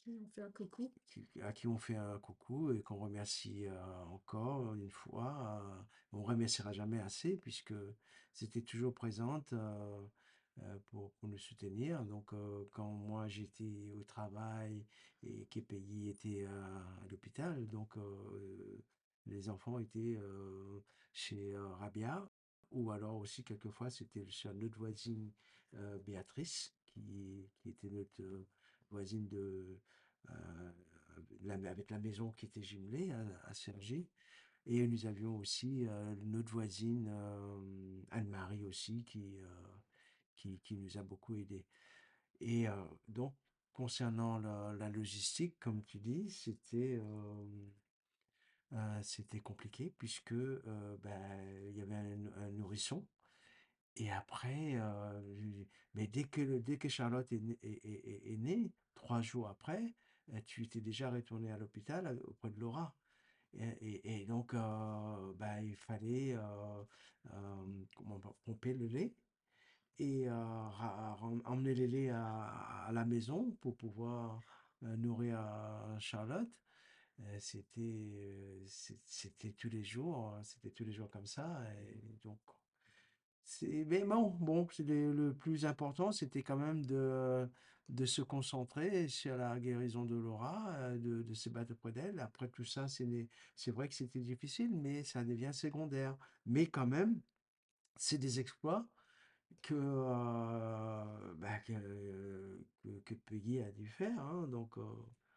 Speaker 3: Qui ont fait un coucou.
Speaker 2: qui- à qui on fait un coucou et qu'on remercie euh, encore une fois. euh, on remerciera jamais assez puisque c'était toujours présente euh, euh, pour, pour nous soutenir. Donc, euh, quand moi j'étais au travail et que Peggy était euh, à l'hôpital, donc euh, les enfants étaient euh, chez euh, Rabia, ou alors aussi quelquefois c'était chez notre voisine euh, Béatrice, qui, qui était notre euh, voisine de, euh, la- avec la maison qui était jumelée à, à Cergy. Et nous avions aussi euh, notre voisine euh, Anne-Marie aussi qui, euh, qui, qui nous a beaucoup aidés. Et euh, donc, concernant la, la logistique, comme tu dis, c'était euh, euh, c'était compliqué puisque euh, ben, il y avait un, un nourrisson. Et après, euh, je- mais dès que, le- dès que Charlotte est, née- est, est- est- est née, trois jours après, euh, tu étais déjà retourné à l'hôpital euh, auprès de Laura. Et, et- et donc, euh, bah, il fallait euh, euh, comment, on- pomper le lait et euh, ra- ram- emmener le lait à, à la maison pour pouvoir euh, nourrir euh, Charlotte. Euh, c'était, euh, c'est- c'était tous les jours, euh, c'était tous les jours comme ça. Et donc, c'est, mais bon, bon, c'est le, le plus important, c'était quand même de, de se concentrer sur la guérison de Laura, euh, de, de se battre auprès d'elle. Après tout ça, c'est des- c'est vrai que c'était difficile, mais ça devient secondaire. Mais quand même, c'est des exploits que, euh, bah, que, que, que Peggy a dû faire, hein. Donc, euh,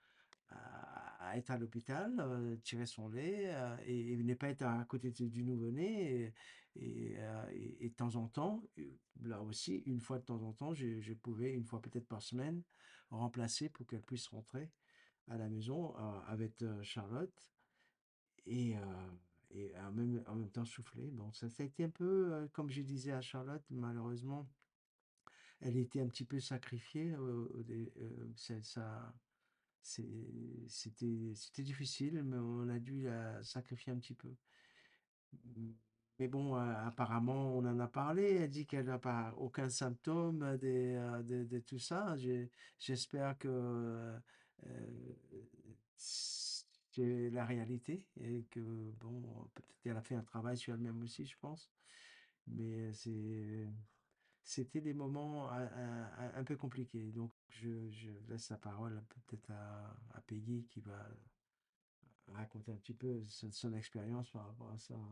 Speaker 2: à, à être à l'hôpital, euh, tirer son lait euh, et, et ne pas être à côté de- du nouveau-né. Et, et, euh, et- et de temps en temps, euh, là aussi, une fois de temps en temps, je, je pouvais, une fois peut-être par semaine, remplacer pour qu'elle puisse rentrer à la maison euh, avec euh, Charlotte et, euh, et en même, en même temps souffler. Bon, ça, ça a été un peu, euh, comme je disais à Charlotte, malheureusement, elle était un petit peu sacrifiée. euh, au dé- euh, ça, ça- c'est c'était c'était difficile, mais on a dû la sacrifier un petit peu. Mmh, mais bon, heu, apparemment, on en a parlé. Elle dit qu'elle n'a pas aucun symptôme, heu, des, heu, de de tout ça. J'ai j'espère que, heu c'est la réalité et que bon, peut-être qu'elle a fait un travail sur elle-même aussi, je pense. Mais c'est c'était des moments un un un un peu compliqués. Donc je je laisse la parole peut-être à à Peggy qui va raconter un petit peu son, son expérience par rapport à ça.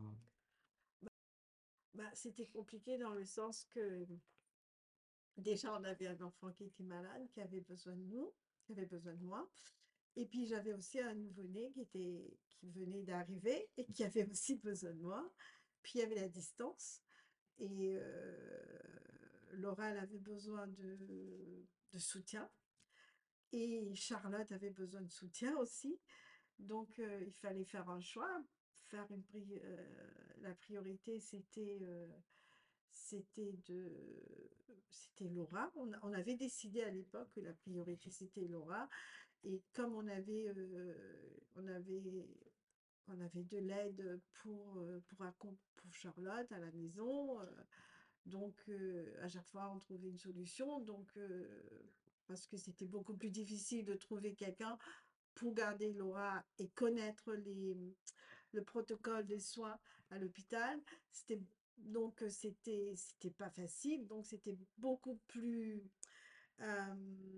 Speaker 3: Bah, c'était compliqué dans le sens que déjà on avait un enfant qui était malade, qui avait besoin de nous, qui avait besoin de moi. Et puis j'avais aussi un nouveau-né qui était, qui venait d'arriver et qui avait aussi besoin de moi. Puis il y avait la distance. Et euh, Laura, elle avait besoin de, de soutien. Et Charlotte avait besoin de soutien aussi. Donc euh, il fallait faire un choix. Faire une pri- euh, la priorité, c'était euh, c'était de c'était Laura. On, a- on avait décidé à l'époque que la priorité c'était Laura. Et comme on avait euh, on avait on avait de l'aide pour euh, pour, accom- pour Charlotte à la maison, euh, donc euh, à chaque fois on trouvait une solution. Donc euh, parce que c'était beaucoup plus difficile de trouver quelqu'un pour garder Laura et connaître les, le protocole des soins à l'hôpital. C'était donc euh, c'était c'était pas facile, donc c'était beaucoup plus euh,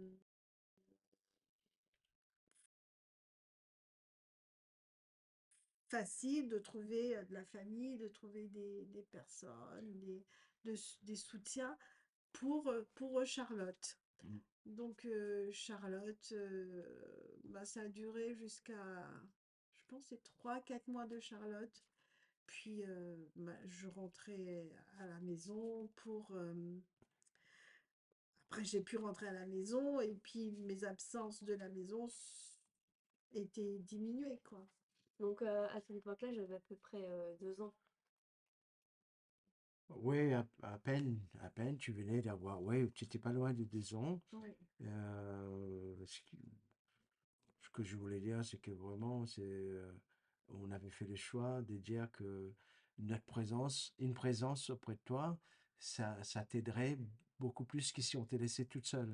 Speaker 3: facile de trouver euh, de la famille, de trouver des, des personnes, des, de- des soutiens pour, euh, pour euh, Charlotte.
Speaker 2: Mm.
Speaker 3: Donc euh, Charlotte, euh, bah, ça a duré jusqu'à, je pense, c'est trois, quatre mois de Charlotte. Puis euh, bah, je rentrais à la maison pour... euh, après, j'ai pu rentrer à la maison et puis mes absences de la maison s- étaient diminuées, quoi.
Speaker 4: Donc euh, à cette époque-là, j'avais à peu près euh, deux ans.
Speaker 2: Oui, à, à peine, à peine, tu venais d'avoir, ouais, tu étais pas loin de deux ans.
Speaker 3: Oui.
Speaker 2: Euh, ce qui- ce que je voulais dire, c'est que vraiment, c'est, euh, on avait fait le choix de dire que notre présence, une présence auprès de toi, ça, ça t'aiderait beaucoup plus que si on t'ait laissé toute seule.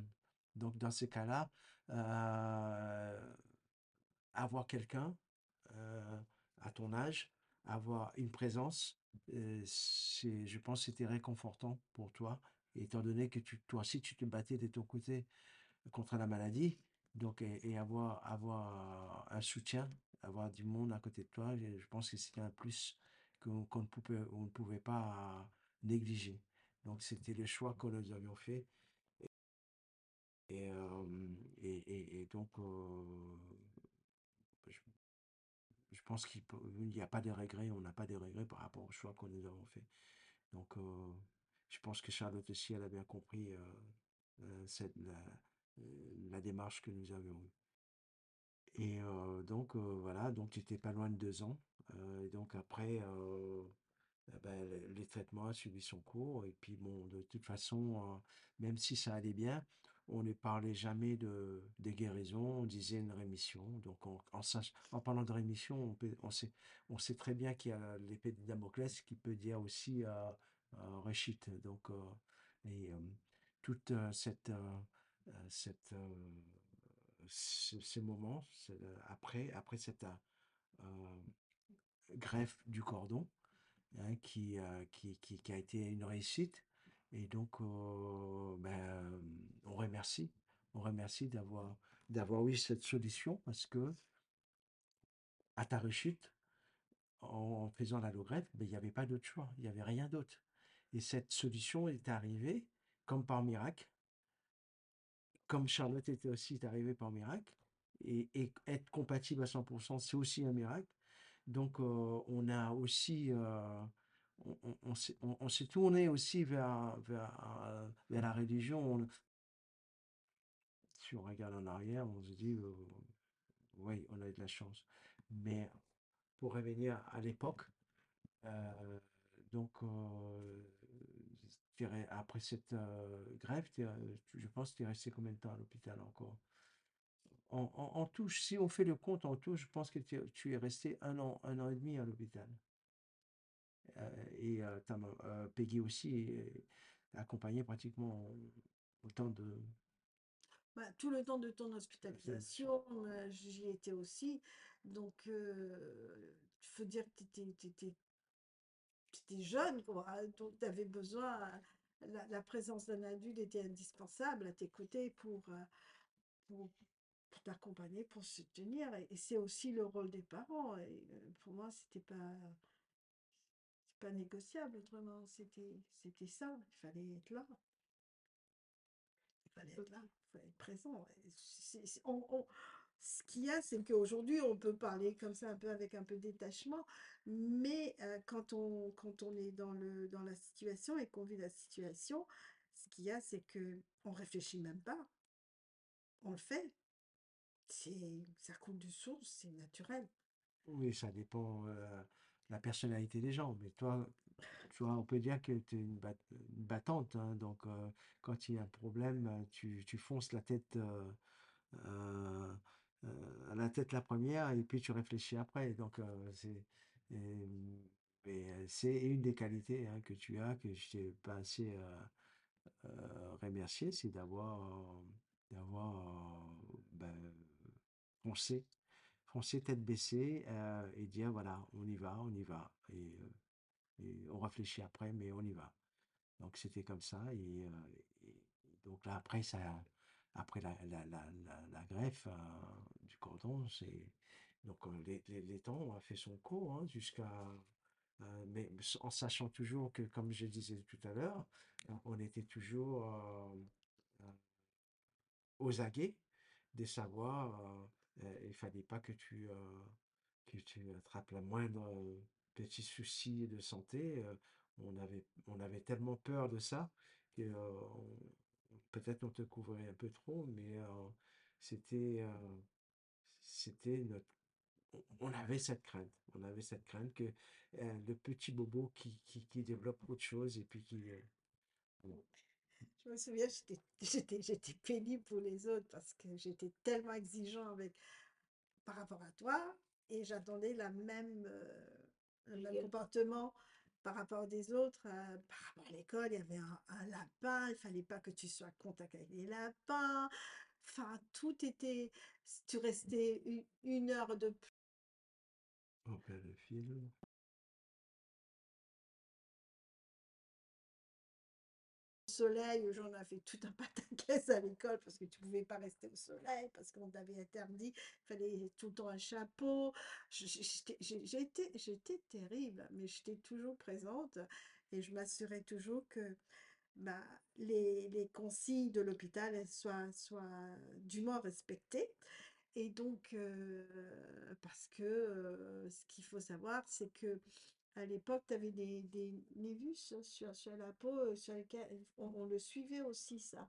Speaker 2: Donc, dans ces cas-là, euh, avoir quelqu'un euh, à ton âge, avoir une présence, euh, c'est, je pense que c'était réconfortant pour toi, étant donné que tu, toi aussi, tu te battais de ton côté contre la maladie. Donc, et, et avoir, avoir un soutien, avoir du monde à côté de toi, je, je pense que c'était un plus qu'on qu'on ne pouvait, on ne pouvait pas négliger. Donc, c'était le choix que nous avions fait. Et, euh, et, et, et donc, euh, je, je pense qu'il peut- il n'y a pas de regrets, on n'a pas de regrets par rapport au choix que nous avons fait. Donc, euh, je pense que Charlotte aussi, elle a bien compris euh, euh, cette, la, euh, la démarche que nous avions eue. Et euh, donc, euh, voilà, donc j'étais pas loin de deux ans. Euh, et donc après, euh, eh ben, le, le traitement a suivi son cours. Et puis bon, de toute façon, euh, même si ça allait bien, on ne parlait jamais de, de guérison, on disait une rémission. Donc en, en, sach- en parlant de rémission, on, peut- on sait, on sait très bien qu'il y a l'épée de Damoclès qui peut dire aussi euh, euh, Réchit. Donc, euh, et euh, toute euh, cette, euh, euh, cette, euh, ce- ces moments, c'est, euh, après, après cette euh, euh, greffe du cordon, hein, qui, euh, qui, qui, qui a été une réussite. Et donc, euh, ben, on remercie, on remercie d'avoir, d'avoir eu cette solution parce que à ta rechute, en faisant l'allogreffe, ben, il n'y avait pas d'autre choix, il n'y avait rien d'autre. Et cette solution est arrivée comme par miracle, comme Charlotte était aussi arrivée par miracle. Et, et être compatible à cent pour cent, c'est aussi un miracle. Donc, euh, on a aussi, euh, on, on- on s'est on- on s'est tourné aussi vers, vers, euh, vers la religion. On- si on regarde en arrière, on se dit, euh, oui, on a eu de la chance. Mais pour revenir à l'époque, euh, donc, euh, t'es re- après cette euh, grève, t'es, euh, je pense que tu es resté combien de temps à l'hôpital encore? En, en, en tout, si on fait le compte en tout, je pense que tu tu es resté un an, un an et demi à l'hôpital. Euh, et euh, ta mam- euh, Peggy aussi est accompagnée pratiquement autant de...
Speaker 3: Bah, tout le temps de ton
Speaker 2: de-
Speaker 3: hospitalisation, euh, j'y étais aussi. Donc, euh, il faut dire que tu étais, jeune, quoi, hein, donc tu avais besoin, la, la présence d'un adulte était indispensable à tes côtés pour, euh, pour, pour t'accompagner, pour soutenir. Et, et c'est aussi le rôle des parents. Et euh, pour moi, c'était pas, c'est pas négociable autrement. C'était, c'était ça. Il fallait être là. Il fallait être
Speaker 4: Ok.
Speaker 3: là. Il fallait être présent. Et c'est- c'est- on- on- ce qu'il y a, c'est qu'aujourd'hui, on peut parler comme ça, un peu avec un peu de détachement, mais euh, quand on, quand on est dans le, dans la situation et qu'on vit la situation, ce qu'il y a, c'est que on réfléchit même pas. On le fait. C'est, ça coule de source, c'est naturel.
Speaker 2: Oui, ça dépend euh, la personnalité des gens. Mais toi, tu vois, on peut dire que tu es une, bat- une battante, hein. Donc, euh, quand il y a un problème, euh, tu, tu fonces la tête, euh, euh, euh, la tête la première et puis tu réfléchis après. Donc, euh, c'est et- mais, euh, c'est une des qualités, hein, que tu as, que je t'ai pas assez euh, euh, remercié, c'est d'avoir euh, d'avoir euh, ben, foncé, foncé tête baissée euh, et dire voilà, on y va, on y va. Et, euh, et on réfléchit après, mais on y va. Donc c'était comme ça. Et, euh, et donc là, après, ça, après la, la, la, la, la greffe euh, du cordon, c'est. Donc euh, les, les, les temps ont fait son cours, hein, jusqu'à. Euh, mais en sachant toujours que, comme je disais tout à l'heure, on était toujours euh, euh, aux aguets de savoir, euh, euh, il fallait pas que tu, euh, que tu attrapes la moindre euh, petit souci de santé. euh, on avait, on avait tellement peur de ça que euh, on- peut-être on te couvrait un peu trop, mais euh, c'était, euh, c'était notre, on on avait cette crainte. On avait cette crainte que euh, le petit bobo qui, qui, qui développe autre chose et puis qui, euh, bon.
Speaker 3: Je me souviens, j'étais, j'étais, j'étais pénible pour les autres parce que j'étais tellement exigeant avec, par rapport à toi et j'attendais la même, euh, le même
Speaker 4: Rigueur.
Speaker 3: comportement par rapport des autres, euh, par rapport à l'école, il y avait un, un lapin, il fallait pas que tu sois en contact avec les lapins. Enfin, tout était, si tu restais une, une heure de
Speaker 2: On perd le fil.
Speaker 3: soleil, j'en ai fait tout un pataquès à l'école parce que tu pouvais pas rester au soleil, parce qu'on t'avait interdit, il fallait tout le temps un chapeau. Je- je- J'étais j'ai- j'étais- j'étais terrible, mais j'étais toujours présente et je m'assurais toujours que bah, les, les consignes de l'hôpital elles soient, soient dûment respectées. Et donc, euh, parce que euh, ce qu'il faut savoir, c'est que à l'époque, tu avais des, des névus sur, sur, sur la peau euh, sur lesquels on, on le suivait aussi, ça.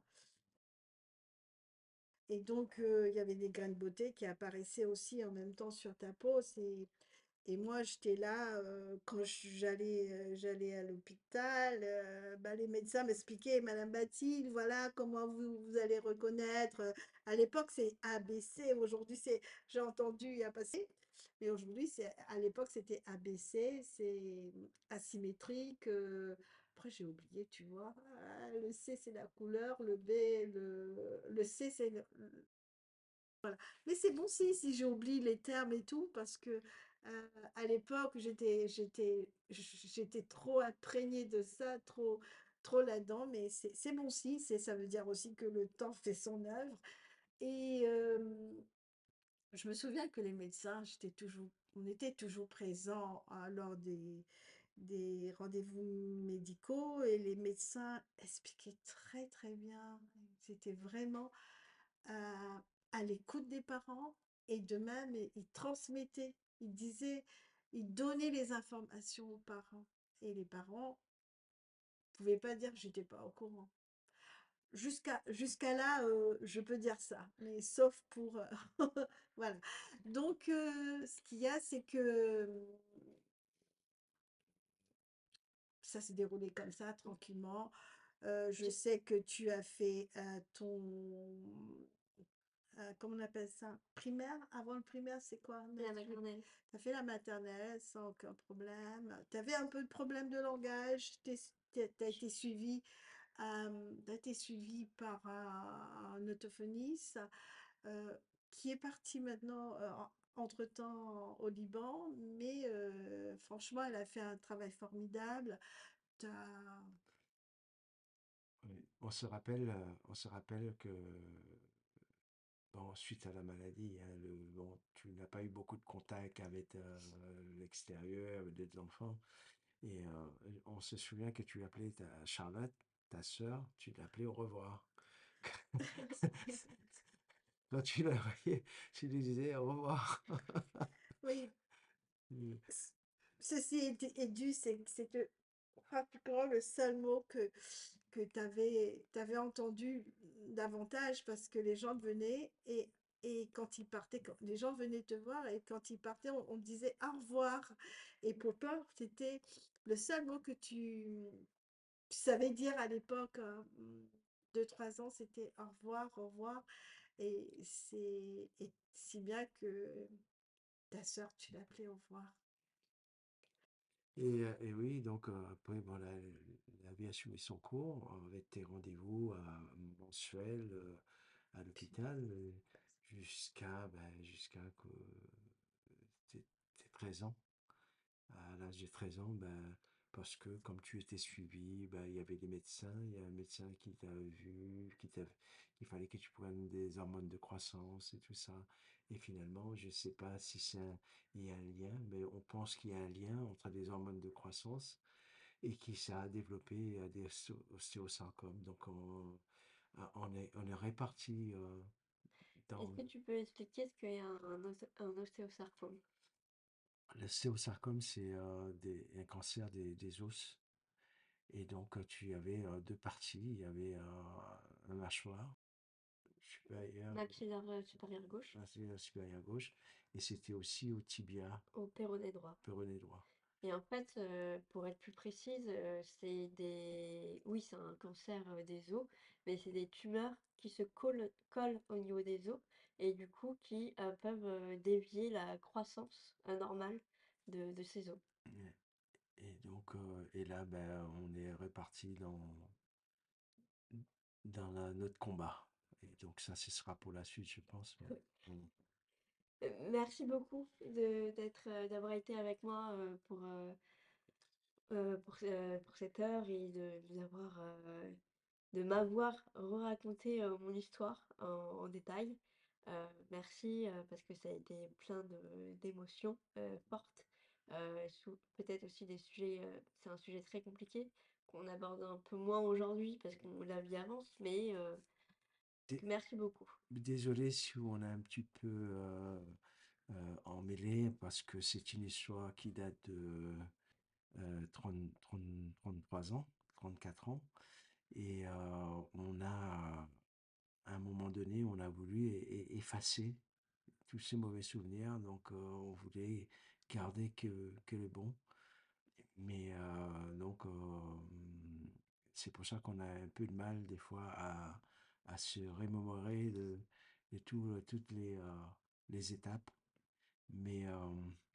Speaker 3: Et donc, euh, il y avait des grains de beauté qui apparaissaient aussi en même temps sur ta peau. C'est et moi, j'étais là, euh, quand je- j'allais euh, j'allais à l'hôpital, euh, bah, les médecins m'expliquaient, Madame Bathilde, voilà comment vous, vous allez reconnaître. euh, À l'époque, c'est A B C. Aujourd'hui, c'est, j'ai entendu il y a passé, mais aujourd'hui, c'est, à l'époque, c'était A B C, c'est asymétrique. euh, Après, j'ai oublié, tu vois. Ah, le C, c'est la couleur, le B, le, le C, c'est le, mais c'est bon si, si j'oublie les termes et tout, parce que euh, à l'époque, j'étais, j'étais, j'étais trop imprégnée de ça, trop, trop là-dedans, mais c'est c'est bon si, c'est, ça veut dire aussi que le temps fait son œuvre. Et euh, je me souviens que les médecins, j'étais toujours, on était toujours présents hein, lors des, des rendez-vous médicaux et les médecins expliquaient très très bien. C'était vraiment à, à l'écoute des parents et de même, ils il transmettaient, ils disaient, ils donnaient les informations aux parents. Et les parents ne pouvaient pas dire que j'étais pas au courant. Jusqu'à jusqu'à là, euh, je peux dire ça, mais sauf pour... euh, voilà. Donc, euh, ce qu'il y a, c'est que euh, ça s'est déroulé comme ça, tranquillement. Euh, je
Speaker 4: Tu-
Speaker 3: sais que tu as fait euh, ton euh, comment on appelle ça? Primaire? Avant le primaire, c'est quoi?
Speaker 4: La maternelle.
Speaker 3: Tu as fait la maternelle sans aucun problème. Tu avais un peu de problème de langage. Tu as été suivi, euh, t'as été suivi par un, un orthophoniste euh, qui est parti maintenant euh, en- entre-temps au Liban, mais euh, franchement, elle a fait un travail formidable. T'as-
Speaker 2: Oui. On se rappelle, euh, on se rappelle que bon, suite à la maladie, hein, le, bon, tu n'as pas eu beaucoup de contact avec euh, l'extérieur, avec des enfants. Et euh, on se souvient que tu appelais ta Charlotte, ta sœur, tu l'appelais au revoir. Quand tu la voyais, tu lui disais au revoir.
Speaker 3: Oui,
Speaker 2: Mm.
Speaker 3: c- ceci est, est dû, c'est c'est que pratiquement le seul mot que, que tu avais, entendu davantage parce que les gens venaient et, et quand ils partaient, quand les gens venaient te voir et quand ils partaient, on, on disait au revoir. Et pour toi, c'était le seul mot que tu, tu savais dire à l'époque, hein, deux, trois ans, c'était au revoir, au revoir. Et c'est et si bien que ta sœur, tu l'appelais au revoir.
Speaker 2: Et, euh, et oui, donc euh, après, bon, la, la vie a suivi son cours avec tes rendez-vous euh, mensuels euh, à l'hôpital euh, jusqu'à ben, jusqu'à que tes tes treize ans. À l'âge de treize ans, ben, parce que comme tu étais suivi, ben, il y avait des médecins, il y a un médecin qui t'a vu, qui t'a, qu'il fallait que tu prennes des hormones de croissance et tout ça. Et finalement, je ne sais pas si c'est un- il y a un lien, mais on pense qu'il y a un lien entre les hormones de croissance et qui ça a développé euh, des ostéo- ostéosarcomes. Donc on, euh, on est, on est répartis euh,
Speaker 4: Est-ce
Speaker 2: dans
Speaker 4: que tu peux expliquer ce qu'est un, un, os- un ostéosarcome?
Speaker 2: l'ostéosarcome, c'est euh, des- un cancer des des os. Et donc, heu, tu avais, heu, deux parties. Il y avait, heu, un mâchoire supérieur,
Speaker 4: Maxillaire euh, supérieur gauche
Speaker 2: maxillaire supérieur gauche et c'était aussi au tibia,
Speaker 4: au péroné droit.
Speaker 2: péroné droit.
Speaker 4: Et en fait, euh, pour être plus précise, euh, c'est des... Oui, c'est un cancer euh, des os, mais c'est des tumeurs qui se collent, collent au niveau des os et du coup qui euh, peuvent euh, dévier la croissance euh, normale de, de ces os.
Speaker 2: Et donc, euh, et là, ben, on est reparti dans, dans la- notre combat. Et donc, ça, ce sera pour la suite, je pense. Mais, bon.
Speaker 4: Euh, Merci beaucoup de d'être, euh, d'avoir été avec moi euh, pour, euh, euh, pour, ce- pour cette heure et de, d'avoir, euh, de m'avoir raconté mon histoire en, en détail. Euh, merci euh, parce que ça a été plein de, d'émotions euh, fortes. Euh, sous- peut-être aussi des sujets, euh, c'est un sujet très compliqué qu'on aborde un peu moins aujourd'hui parce que la vie avance, mais euh,
Speaker 2: Dé-
Speaker 4: merci beaucoup.
Speaker 2: Désolé si on a un petit peu euh, euh, emmêlé, parce que c'est une histoire qui date de euh, trente, trente, trente-trois ans, trente-quatre ans. Et euh, on a, à un moment donné, on a voulu e- e- effacer tous ces mauvais souvenirs. Donc, euh, on voulait garder que, que le bon. Mais euh, donc, euh, c'est pour ça qu'on a un peu de mal des fois à, à se remémorer de, de tout, toutes les, euh, les étapes. Mais euh,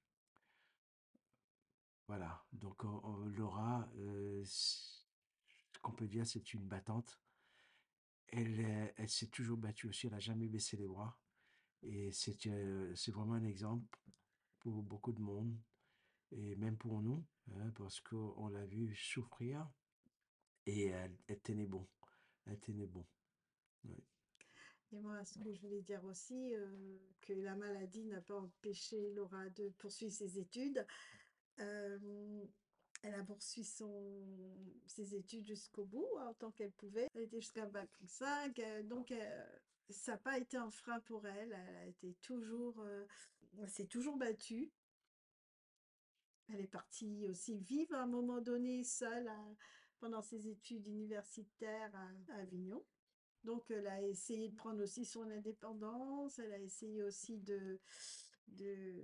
Speaker 2: voilà, donc euh, euh, Laura, euh, c- ce qu'on peut dire, c'est une battante. Elle, est- elle s'est toujours battue aussi, elle n'a jamais baissé les bras. Et c'est euh, c'est vraiment un exemple pour beaucoup de monde, et même pour nous, hein, parce qu'on l'a vu souffrir, et elle, elle tenait bon. Elle tenait bon. Ouais.
Speaker 3: Et moi, ce que je voulais dire aussi, euh, que la maladie n'a pas empêché Laura de poursuivre ses études. Euh, Elle a poursuivi son, ses études jusqu'au bout, hein, autant qu'elle pouvait. Elle était jusqu'à bac cinq, euh, donc euh, ça n'a pas été un frein pour elle. Elle a été toujours, euh, elle s'est toujours battue. Elle est partie aussi vivre à un moment donné seule à- pendant ses études universitaires à, à Avignon. Donc, elle a essayé de prendre aussi son indépendance. Elle a essayé aussi de, de,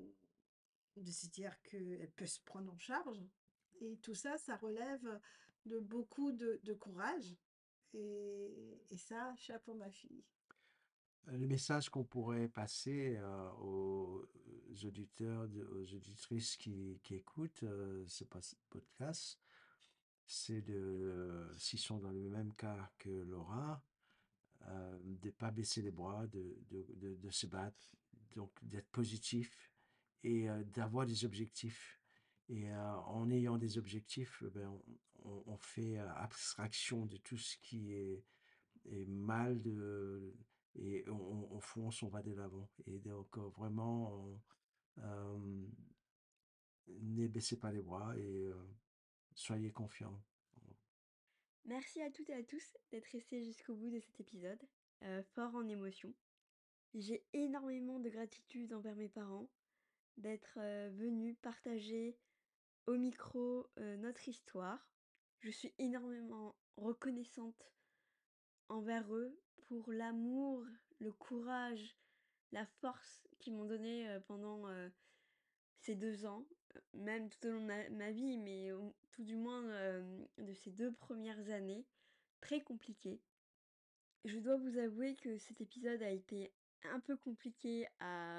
Speaker 3: de se dire qu'elle peut se prendre en charge. Et tout ça, ça relève de beaucoup de, de courage. Et, et ça, chapeau ma fille.
Speaker 2: Le message qu'on pourrait passer euh, aux auditeurs, de- aux auditrices qui, qui écoutent euh, ce pas- podcast, c'est de, euh, s'ils sont dans le même cas que Laura, euh, de ne pas baisser les bras, de, de, de, de se battre, donc d'être positif, et euh, d'avoir des objectifs. Et euh, en ayant des objectifs, eh ben, on, on- on fait euh, abstraction de tout ce qui est, est mal, de, et on, on fonce, on va de l'avant. Et donc euh, vraiment, on, euh, ne baissez pas les bras, et euh, soyez confiants.
Speaker 1: Merci à toutes et à tous d'être restés jusqu'au bout de cet épisode, euh, fort en émotion. J'ai énormément de gratitude envers mes parents d'être euh, venus partager au micro euh, notre histoire. Je suis énormément reconnaissante envers eux pour l'amour, le courage, la force qu'ils m'ont donné euh, pendant euh, ces deux ans, euh, même tout au long de ma, ma vie, mais au- tout du moins euh, de ces deux premières années très compliquées. Je dois vous avouer que cet épisode a été un peu compliqué à,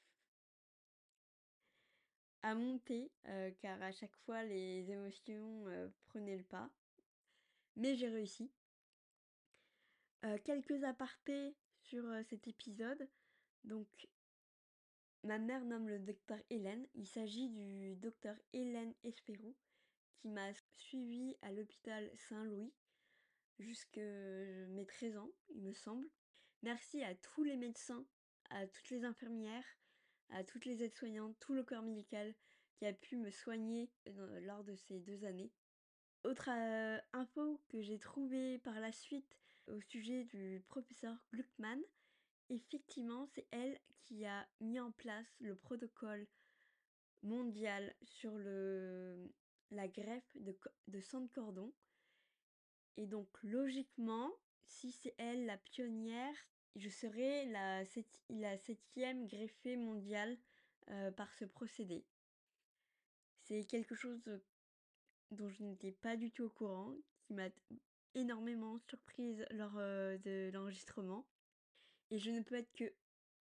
Speaker 1: à monter, euh, car à chaque fois les émotions euh, prenaient le pas. Mais j'ai réussi. Euh, quelques apartés sur euh, cet épisode. Donc, ma mère nomme le docteur Hélène. Il s'agit du docteur Hélène Espérou qui m'a suivi à l'hôpital Saint-Louis jusqu'à mes treize ans, il me semble. Merci à tous les médecins, à toutes les infirmières, à toutes les aides-soignantes, tout le corps médical qui a pu me soigner euh, lors de ces deux années. Autre euh, info que j'ai trouvée par la suite au sujet du professeur Gluckman, effectivement, c'est elle qui a mis en place le protocole mondial sur le, la greffe de, de sang de cordon. Et donc, logiquement, si c'est elle la pionnière, je serai la, sept- la septième greffée mondiale euh, par ce procédé. C'est quelque chose dont je n'étais pas du tout au courant, qui m'a énormément surprise lors euh, de l'enregistrement. Et je ne peux être que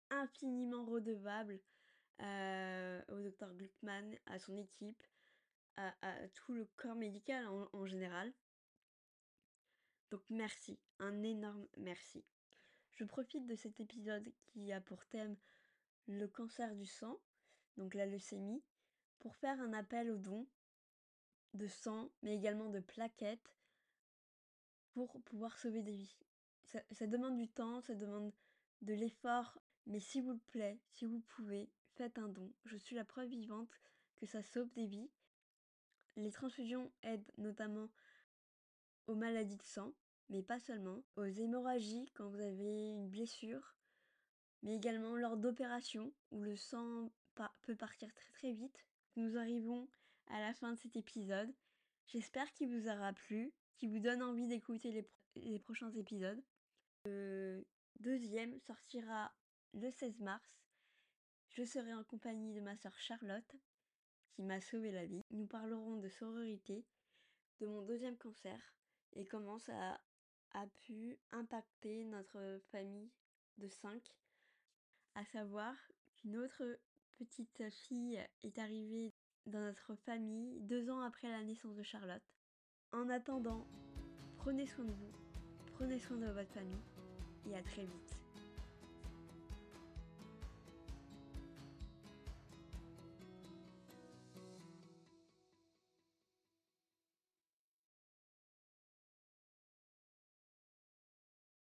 Speaker 1: infiniment redevable euh, au docteur Gluckman, à son équipe, à, à tout le corps médical en, en général. Donc merci, un énorme merci. Je profite de cet épisode qui a pour thème le cancer du sang, donc la leucémie, pour faire un appel aux dons de sang, mais également de plaquettes, pour pouvoir sauver des vies. Ça, ça demande du temps, ça demande de l'effort, mais s'il vous plaît, si vous pouvez, faites un don. Je suis la preuve vivante que ça sauve des vies. Les transfusions aident notamment aux maladies de sang, mais pas seulement, aux hémorragies quand vous avez une blessure, mais également lors d'opérations où le sang pa- peut partir très très vite. Nous arrivons à la fin de cet épisode. J'espère qu'il vous aura plu, qu'il vous donne envie d'écouter les, pro- les prochains épisodes. Le deuxième sortira le seize mars. Je serai en compagnie de ma sœur Charlotte, qui m'a sauvé la vie. Nous parlerons de sororité, de mon deuxième cancer et comment ça a pu impacter notre famille de cinq. À savoir qu'une autre petite fille est arrivée dans notre famille deux ans après la naissance de Charlotte. En attendant, prenez soin de vous, prenez soin de votre famille et à très vite.